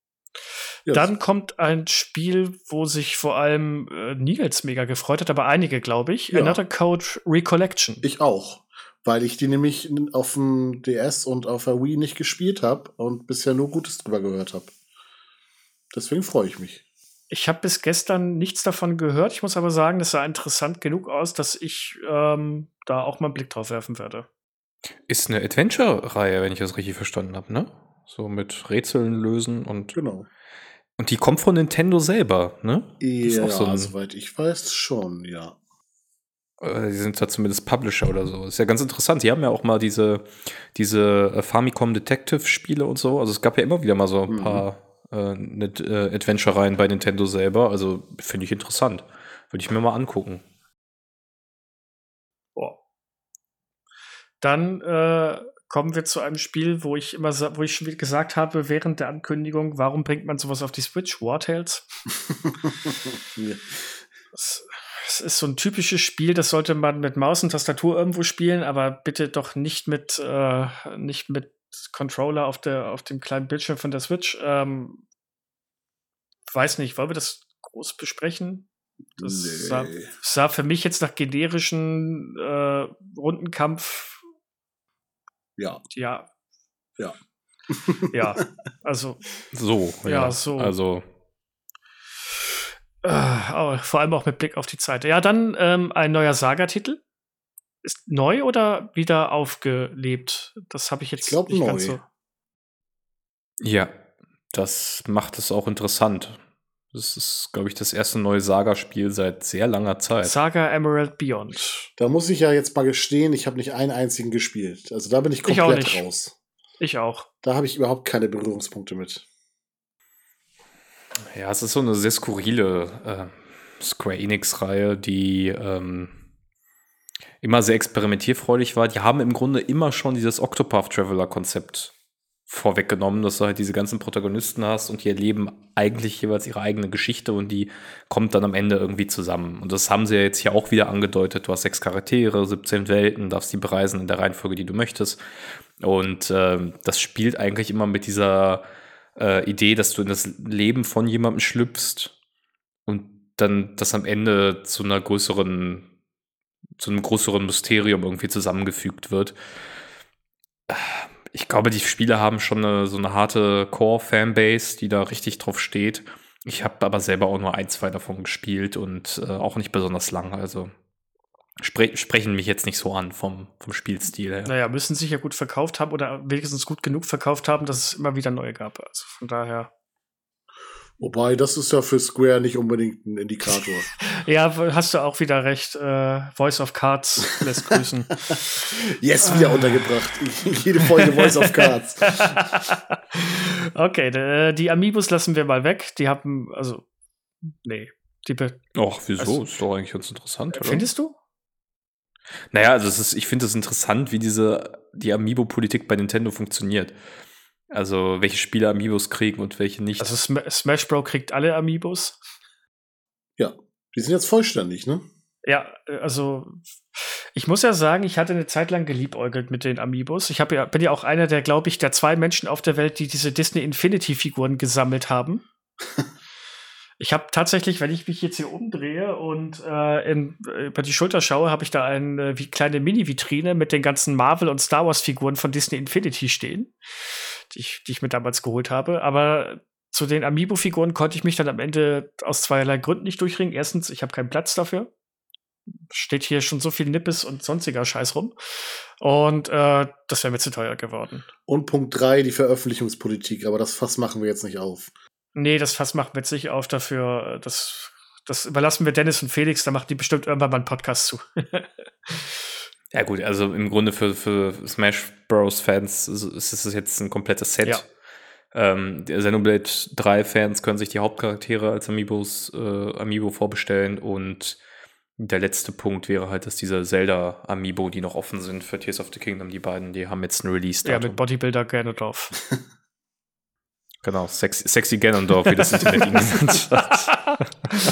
Ja, Dann kommt ein Spiel, wo sich vor allem äh, Nils mega gefreut hat, aber einige, glaube ich. Ja. Another Code Recollection. ich auch. Weil ich die nämlich auf dem D S und auf der Wii nicht gespielt habe und bisher nur Gutes drüber gehört habe. Deswegen freue ich mich. Ich habe bis gestern nichts davon gehört. Ich muss aber sagen, das sah interessant genug aus, dass ich ähm, da auch mal einen Blick drauf werfen werde. Ist eine Adventure-Reihe, wenn ich das richtig verstanden habe, ne? So mit Rätseln lösen und. Genau. Und die kommt von Nintendo selber, ne? Die ist Ja, auch so ein, soweit ich weiß, schon, ja. äh, die sind da zumindest Publisher oder so. Ist ja ganz interessant. Die haben ja auch mal diese, diese äh, Famicom Detective-Spiele und so. Also es gab ja immer wieder mal so ein Mhm. paar äh, Net- äh, Adventure-Reihen bei Nintendo selber. Also finde ich interessant. Würde ich mir mal angucken. Boah. Dann äh, kommen wir zu einem Spiel, wo ich immer sa- wo ich schon gesagt habe während der Ankündigung, warum bringt man sowas auf die Switch? War Tales. Ja. Es, es ist so ein typisches Spiel, das sollte man mit Maus und Tastatur irgendwo spielen, aber bitte doch nicht mit, äh, nicht mit Controller auf, der, auf dem kleinen Bildschirm von der Switch. Ähm, weiß nicht, wollen wir das groß besprechen. Das Nee. sah, sah für mich jetzt nach generischen äh, Rundenkampf. Ja. Ja. Ja. Ja, also. So, ja, ja. so. Also. Äh, aber vor allem auch mit Blick auf die Zeit. Ja, dann ähm, ein neuer Saga-Titel. Ist neu oder wieder aufgelebt? Das habe ich jetzt Ich glaub, nicht neu. ganz so. Ja, das macht es auch interessant. Das ist, glaube ich, das erste neue Saga-Spiel seit sehr langer Zeit. Saga Emerald Beyond. Da muss ich ja jetzt mal gestehen, ich habe nicht einen einzigen gespielt. Also da bin ich Ich auch komplett nicht. raus. Ich auch. Da habe ich überhaupt keine Berührungspunkte mit. Ja, es ist so eine sehr skurrile äh, Square Enix-Reihe, die ähm, immer sehr experimentierfreudig war. Die haben im Grunde immer schon dieses Octopath Traveler-Konzept vorweggenommen, dass du halt diese ganzen Protagonisten hast und die erleben eigentlich jeweils ihre eigene Geschichte und die kommt dann am Ende irgendwie zusammen. Und das haben sie ja jetzt hier auch wieder angedeutet. Du hast sechs Charaktere, siebzehn Welten, darfst die bereisen in der Reihenfolge, die du möchtest. Und äh, das spielt eigentlich immer mit dieser äh, Idee, dass du in das Leben von jemandem schlüpfst und dann das am Ende zu einer größeren, zu einem größeren Mysterium irgendwie zusammengefügt wird. Ich glaube, die Spiele haben schon eine, so eine harte Core-Fanbase, die da richtig drauf steht. Ich habe aber selber auch nur ein, zwei davon gespielt und äh, auch nicht besonders lang. Also spre sprechen mich jetzt nicht so an vom, vom Spielstil her. Naja, müssen sich ja gut verkauft haben oder wenigstens gut genug verkauft haben, dass es immer wieder neue gab. Also von daher. Wobei, das ist ja für Square nicht unbedingt ein Indikator. Ja, hast du auch wieder recht. Äh, Voice of Cards lässt grüßen. Yes, wieder untergebracht. Jede Folge Voice of Cards. Okay, de, die Amiibos lassen wir mal weg. Die haben, also, nee. Die Ach, wieso? Also, ist doch eigentlich ganz interessant, oder? Findest du? Naja, also es ist, ich finde es interessant, wie diese die Amiibo-Politik bei Nintendo funktioniert. Also welche Spiele Amiibos kriegen und welche nicht. Also Sm Smash Bros. Kriegt alle Amiibos. Ja, die sind jetzt vollständig, ne? Ja, also ich muss ja sagen, ich hatte eine Zeit lang geliebäugelt mit den Amiibos. Ich hab ja, bin ja auch einer der, glaube ich, der zwei Menschen auf der Welt, die diese Disney Infinity-Figuren gesammelt haben. Ich habe tatsächlich, wenn ich mich jetzt hier umdrehe und äh, in, über die Schulter schaue, habe ich da eine wie kleine Mini-Vitrine mit den ganzen Marvel- und Star Wars-Figuren von Disney Infinity stehen, die ich, die ich mir damals geholt habe. Aber zu den Amiibo-Figuren konnte ich mich dann am Ende aus zweierlei Gründen nicht durchringen. Erstens, ich habe keinen Platz dafür. Steht hier schon so viel Nippes und sonstiger Scheiß rum. Und äh, das wäre mir zu teuer geworden. Und Punkt drei, die Veröffentlichungspolitik. Aber das Fass machen wir jetzt nicht auf. Nee, das Fass macht mit sich auf dafür. Das, das überlassen wir Dennis und Felix. Da machen die bestimmt irgendwann mal einen Podcast zu. Ja gut, also im Grunde für, für Smash Bros. Fans ist es jetzt ein komplettes Set. Ja. Ähm, die Xenoblade drei Fans können sich die Hauptcharaktere als Amiibos, äh, Amiibo vorbestellen und der letzte Punkt wäre halt, dass diese Zelda-Amiibo, die noch offen sind für Tears of the Kingdom, die beiden, die haben jetzt ein Release-Datum. Ja, mit Bodybuilder Ganondorf. Genau, Sexy, Sexy Ganondorf, wie das Internet ihn genannt hat.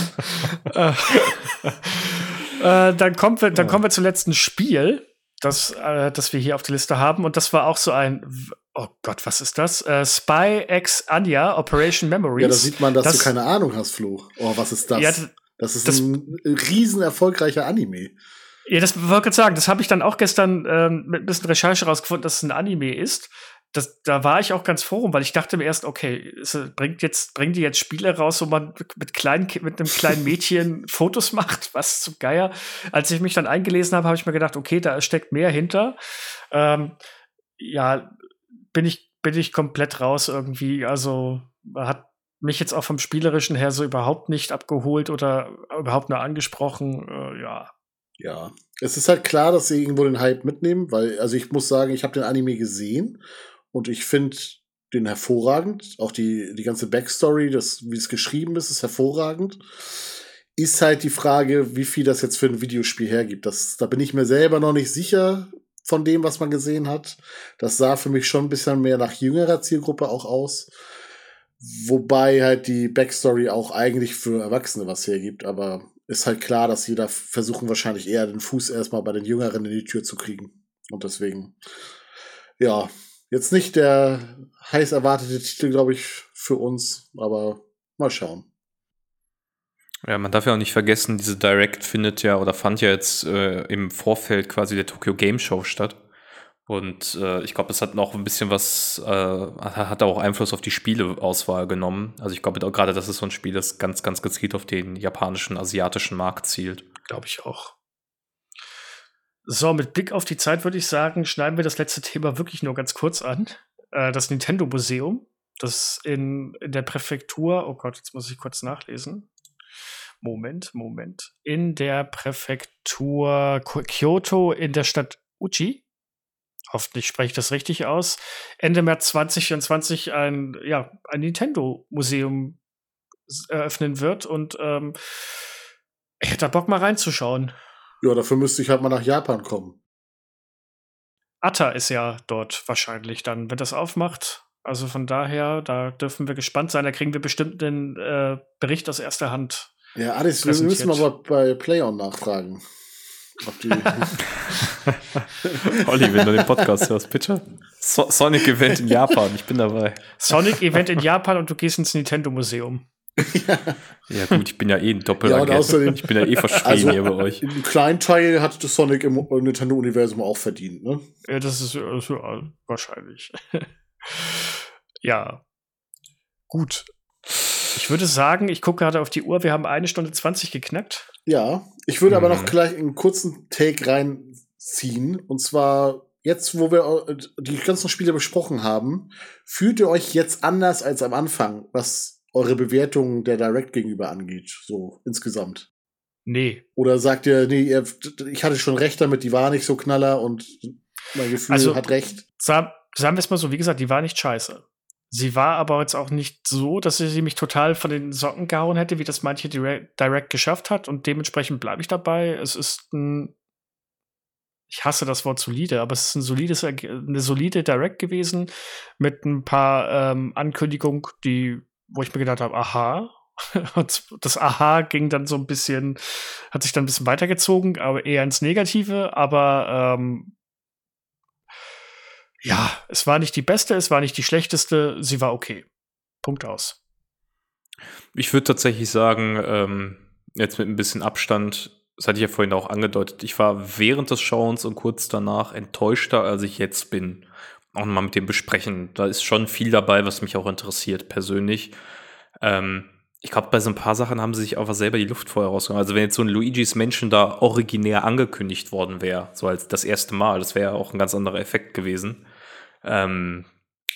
äh, dann, kommen wir, dann kommen wir zum letzten Spiel, das, äh, das wir hier auf der Liste haben. Und das war auch so ein, oh Gott, was ist das? Äh, Spy X Anya, Operation Memories. Ja, da sieht man, dass das, du keine Ahnung hast, Flo. Oh, was ist das? Ja, das ist das, ein riesen erfolgreicher Anime. Ja, das wollte ich sagen. Das habe ich dann auch gestern ähm, mit ein bisschen Recherche rausgefunden, dass es ein Anime ist. Das, da war ich auch ganz froh, weil ich dachte mir erst, okay, es bringt jetzt, bringen die jetzt Spiele raus, wo man mit, kleinen, mit einem kleinen Mädchen Fotos macht? Was zum Geier? Als ich mich dann eingelesen habe, habe ich mir gedacht, okay, da steckt mehr hinter. Ähm, ja, bin ich, bin ich komplett raus irgendwie. Also hat mich jetzt auch vom Spielerischen her so überhaupt nicht abgeholt oder überhaupt nur angesprochen. Äh, ja. Ja, es ist halt klar, dass sie irgendwo den Hype mitnehmen, weil, also ich muss sagen, ich habe den Anime gesehen und ich finde den hervorragend. Auch die, die ganze Backstory, das, wie es geschrieben ist, ist hervorragend. Ist halt die Frage, wie viel das jetzt für ein Videospiel hergibt. Das, da bin ich mir selber noch nicht sicher von dem, was man gesehen hat. Das sah für mich schon ein bisschen mehr nach jüngerer Zielgruppe auch aus. Wobei halt die Backstory auch eigentlich für Erwachsene was hergibt, aber ist halt klar, dass jeder versuchen wahrscheinlich eher den Fuß erstmal bei den Jüngeren in die Tür zu kriegen. Und deswegen, ja, jetzt nicht der heiß erwartete Titel, glaube ich, für uns, aber mal schauen. Ja, man darf ja auch nicht vergessen, diese Direct findet ja oder fand ja jetzt äh, im Vorfeld quasi der Tokyo Game Show statt. Und äh, ich glaube, es hat noch ein bisschen was, äh, hat auch Einfluss auf die Spieleauswahl genommen. Also ich glaube gerade, das ist so ein Spiel, das ganz, ganz gezielt auf den japanischen, asiatischen Markt zielt. Glaube ich auch. So, mit Blick auf die Zeit würde ich sagen, schneiden wir das letzte Thema wirklich nur ganz kurz an. Äh, das Nintendo-Museum, das in, in der Präfektur, oh Gott, jetzt muss ich kurz nachlesen. Moment, Moment. In der Präfektur Kyoto in der Stadt Uchi, hoffentlich spreche ich das richtig aus, Ende März zwanzig vierundzwanzig ein, ja, ein Nintendo-Museum eröffnen wird. Und ähm, ich hätte da Bock, mal reinzuschauen. Ja, dafür müsste ich halt mal nach Japan kommen. Atta ist ja dort wahrscheinlich dann, wenn das aufmacht. Also von daher, da dürfen wir gespannt sein. Da kriegen wir bestimmt einen äh, Bericht aus erster Hand. Ja, Alex, wir müssen aber bei PlayOn nachfragen. Ob die Olli, wenn du den Podcast hörst, bitte. So- Sonic-Event in Japan, ich bin dabei. Sonic-Event in Japan und du gehst ins Nintendo-Museum. ja. Ja gut, ich bin ja eh ein Ja, und Doppelagent. außerdem- Ich bin ja eh verschrien Also, hier bei euch. Einen kleinen Teil hat das Sonic im Nintendo-Universum auch verdient, ne? Ja, das ist äh, so, äh, wahrscheinlich. Ja. Gut. Ich würde sagen, ich gucke gerade auf die Uhr, wir haben eine Stunde zwanzig geknackt. Ja, ich würde aber Mhm. noch gleich einen kurzen Take reinziehen. Und zwar jetzt, wo wir äh, die ganzen Spiele besprochen haben, fühlt ihr euch jetzt anders als am Anfang, was eure Bewertung der Direct gegenüber angeht, so insgesamt? Nee. Oder sagt ihr, nee, ihr, ich hatte schon recht damit, die war nicht so knaller und mein Gefühl Also- hat recht? Sa sagen wir es mal so, wie gesagt, die war nicht scheiße. Sie war aber jetzt auch nicht so, dass sie mich total von den Socken gehauen hätte, wie das manche Direct, Direct geschafft hat. Und dementsprechend bleibe ich dabei. Es ist ein, ich hasse das Wort solide, aber es ist ein solides, Erge- eine solide Direct gewesen mit ein paar ähm, Ankündigungen, die, wo ich mir gedacht habe, aha. Und das Aha ging dann so ein bisschen, hat sich dann ein bisschen weitergezogen, aber eher ins Negative. Aber ähm, ja, es war nicht die beste, es war nicht die schlechteste, sie war okay. Punkt aus. Ich würde tatsächlich sagen, ähm, jetzt mit ein bisschen Abstand, das hatte ich ja vorhin auch angedeutet, ich war während des Schauens und kurz danach enttäuschter, als ich jetzt bin. Auch mal mit dem Besprechen. Da ist schon viel dabei, was mich auch interessiert, persönlich. Ähm, ich glaube, bei so ein paar Sachen haben sie sich einfach selber die Luft vorher rausgenommen. Also wenn jetzt so ein Luigi's Mansion da originär angekündigt worden wäre, so als das erste Mal, das wäre ja auch ein ganz anderer Effekt gewesen. Ähm,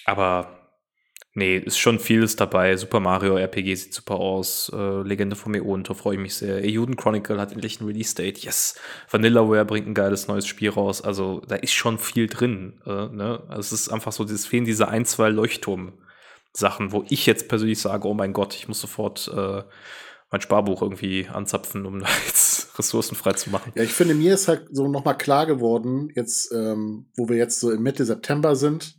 aber nee, ist schon vieles dabei. Super Mario R P G sieht super aus. Äh, Legende von Meonto, freue ich mich sehr. Eiyuden Chronicle hat endlich ein Release-Date. Yes. Vanillaware bringt ein geiles neues Spiel raus. Also da ist schon viel drin. Äh, ne? Also, es ist einfach so, es fehlen diese ein, zwei Leuchtturm-Sachen, wo ich jetzt persönlich sage, oh mein Gott, ich muss sofort äh, mein Sparbuch irgendwie anzapfen, um da jetzt Ressourcen frei zu machen. Ja, ich finde, mir ist halt so nochmal klar geworden, jetzt, ähm, wo wir jetzt so im Mitte September sind,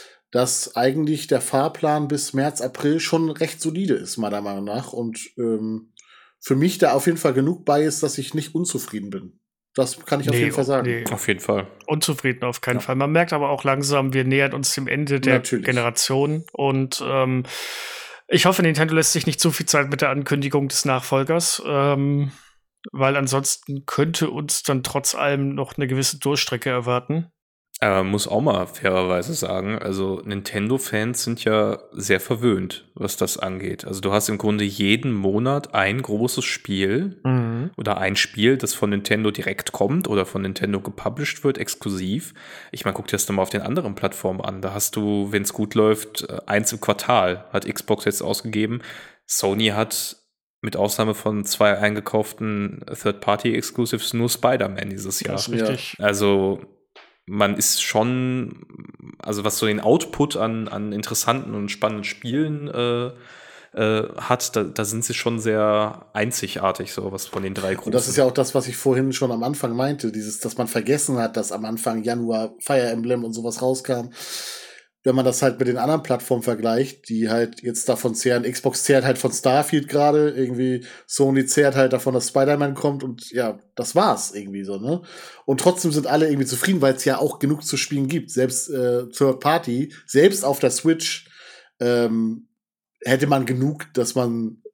dass eigentlich der Fahrplan bis März, April schon recht solide ist, meiner Meinung nach. Und ähm, für mich da auf jeden Fall genug bei ist, dass ich nicht unzufrieden bin. Das kann ich auf Nee, jeden Fall sagen. nee. Auf jeden Fall. Unzufrieden auf keinen Ja. Fall. Man merkt aber auch langsam, wir nähern uns dem Ende der Natürlich. Generation. Und ähm, ich hoffe, Nintendo lässt sich nicht zu viel Zeit mit der Ankündigung des Nachfolgers, ähm, weil ansonsten könnte uns dann trotz allem noch eine gewisse Durchstrecke erwarten. Aber man muss auch mal fairerweise sagen, also Nintendo-Fans sind ja sehr verwöhnt, was das angeht. Also du hast im Grunde jeden Monat ein großes Spiel Mhm. oder ein Spiel, das von Nintendo direkt kommt oder von Nintendo gepublished wird, exklusiv. Ich meine, guck dir das doch mal auf den anderen Plattformen an. Da hast du, wenn es gut läuft, äh, eins im Quartal, hat Xbox jetzt ausgegeben. Sony hat mit Ausnahme von zwei eingekauften Third-Party-Exclusives nur Spider-Man dieses Jahr. Das ist richtig. Also man ist schon, also was so den Output an, an interessanten und spannenden Spielen äh, äh, hat, da, da sind sie schon sehr einzigartig, so was von den drei großen. Und das ist ja auch das, was ich vorhin schon am Anfang meinte, dieses, dass man vergessen hat, dass am Anfang Januar Fire Emblem und sowas rauskam. Wenn man das halt mit den anderen Plattformen vergleicht, die halt jetzt davon zehren, Xbox zehrt halt von Starfield gerade, irgendwie Sony zehrt halt davon, dass Spider-Man kommt und ja, das war's irgendwie so, ne? Und trotzdem sind alle irgendwie zufrieden, weil es ja auch genug zu spielen gibt. Selbst äh, Third Party, selbst auf der Switch ähm, hätte man genug, dass man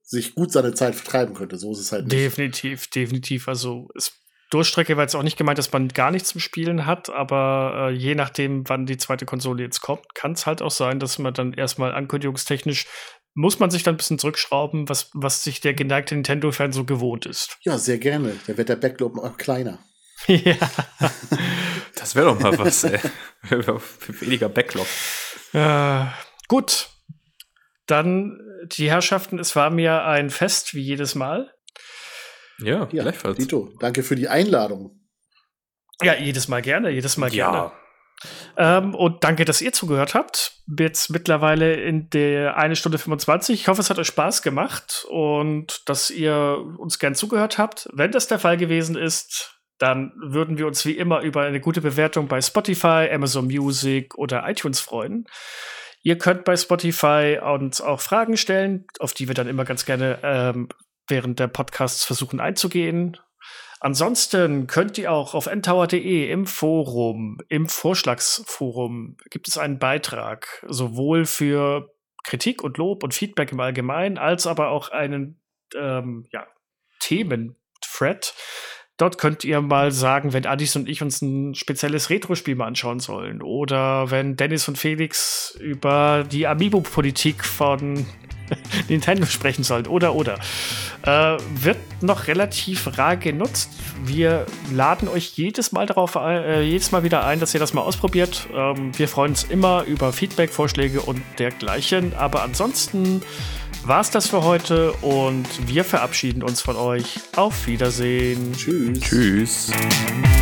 sich gut seine Zeit vertreiben könnte. So ist es halt nicht. Definitiv, definitiv. Also es, Durchstrecke war jetzt auch nicht gemeint, dass man gar nichts zum Spielen hat, aber äh, je nachdem, wann die zweite Konsole jetzt kommt, kann es halt auch sein, dass man dann erstmal ankündigungstechnisch muss man sich dann ein bisschen zurückschrauben, was, was sich der geneigte Nintendo-Fan so gewohnt ist. Ja, sehr gerne. Da wird der Backlog auch kleiner. Ja. Das wäre doch mal was, ey. Weniger Backlog. Äh, gut. Dann, die Herrschaften, es war mir ein Fest, wie jedes Mal. Ja, Ja, gleichfalls. Dito, danke für die Einladung. Ja, jedes Mal gerne, jedes Mal Ja. gerne. Ähm, und danke, dass ihr zugehört habt. Jetzt mittlerweile in der eine Stunde fünfundzwanzig. Ich hoffe, es hat euch Spaß gemacht und dass ihr uns gern zugehört habt. Wenn das der Fall gewesen ist, dann würden wir uns wie immer über eine gute Bewertung bei Spotify, Amazon Music oder iTunes freuen. Ihr könnt bei Spotify uns auch Fragen stellen, auf die wir dann immer ganz gerne ähm, während der Podcasts versuchen einzugehen. Ansonsten könnt ihr auch auf n tower punkt de im Forum, im Vorschlagsforum, gibt es einen Beitrag, sowohl für Kritik und Lob und Feedback im Allgemeinen, als aber auch einen ähm, ja, Themen-Thread. Dort könnt ihr mal sagen, wenn Addis und ich uns ein spezielles Retro-Spiel mal anschauen sollen. Oder wenn Dennis und Felix über die Amiibo-Politik von Nintendo sprechen sollen. Oder, oder. Äh, wird noch relativ rar genutzt. Wir laden euch jedes Mal darauf ein, äh, jedes Mal wieder ein, dass ihr das mal ausprobiert. Ähm, wir freuen uns immer über Feedback, Vorschläge und dergleichen. Aber ansonsten war's das für heute und wir verabschieden uns von euch. Auf Wiedersehen. Tschüss. Tschüss.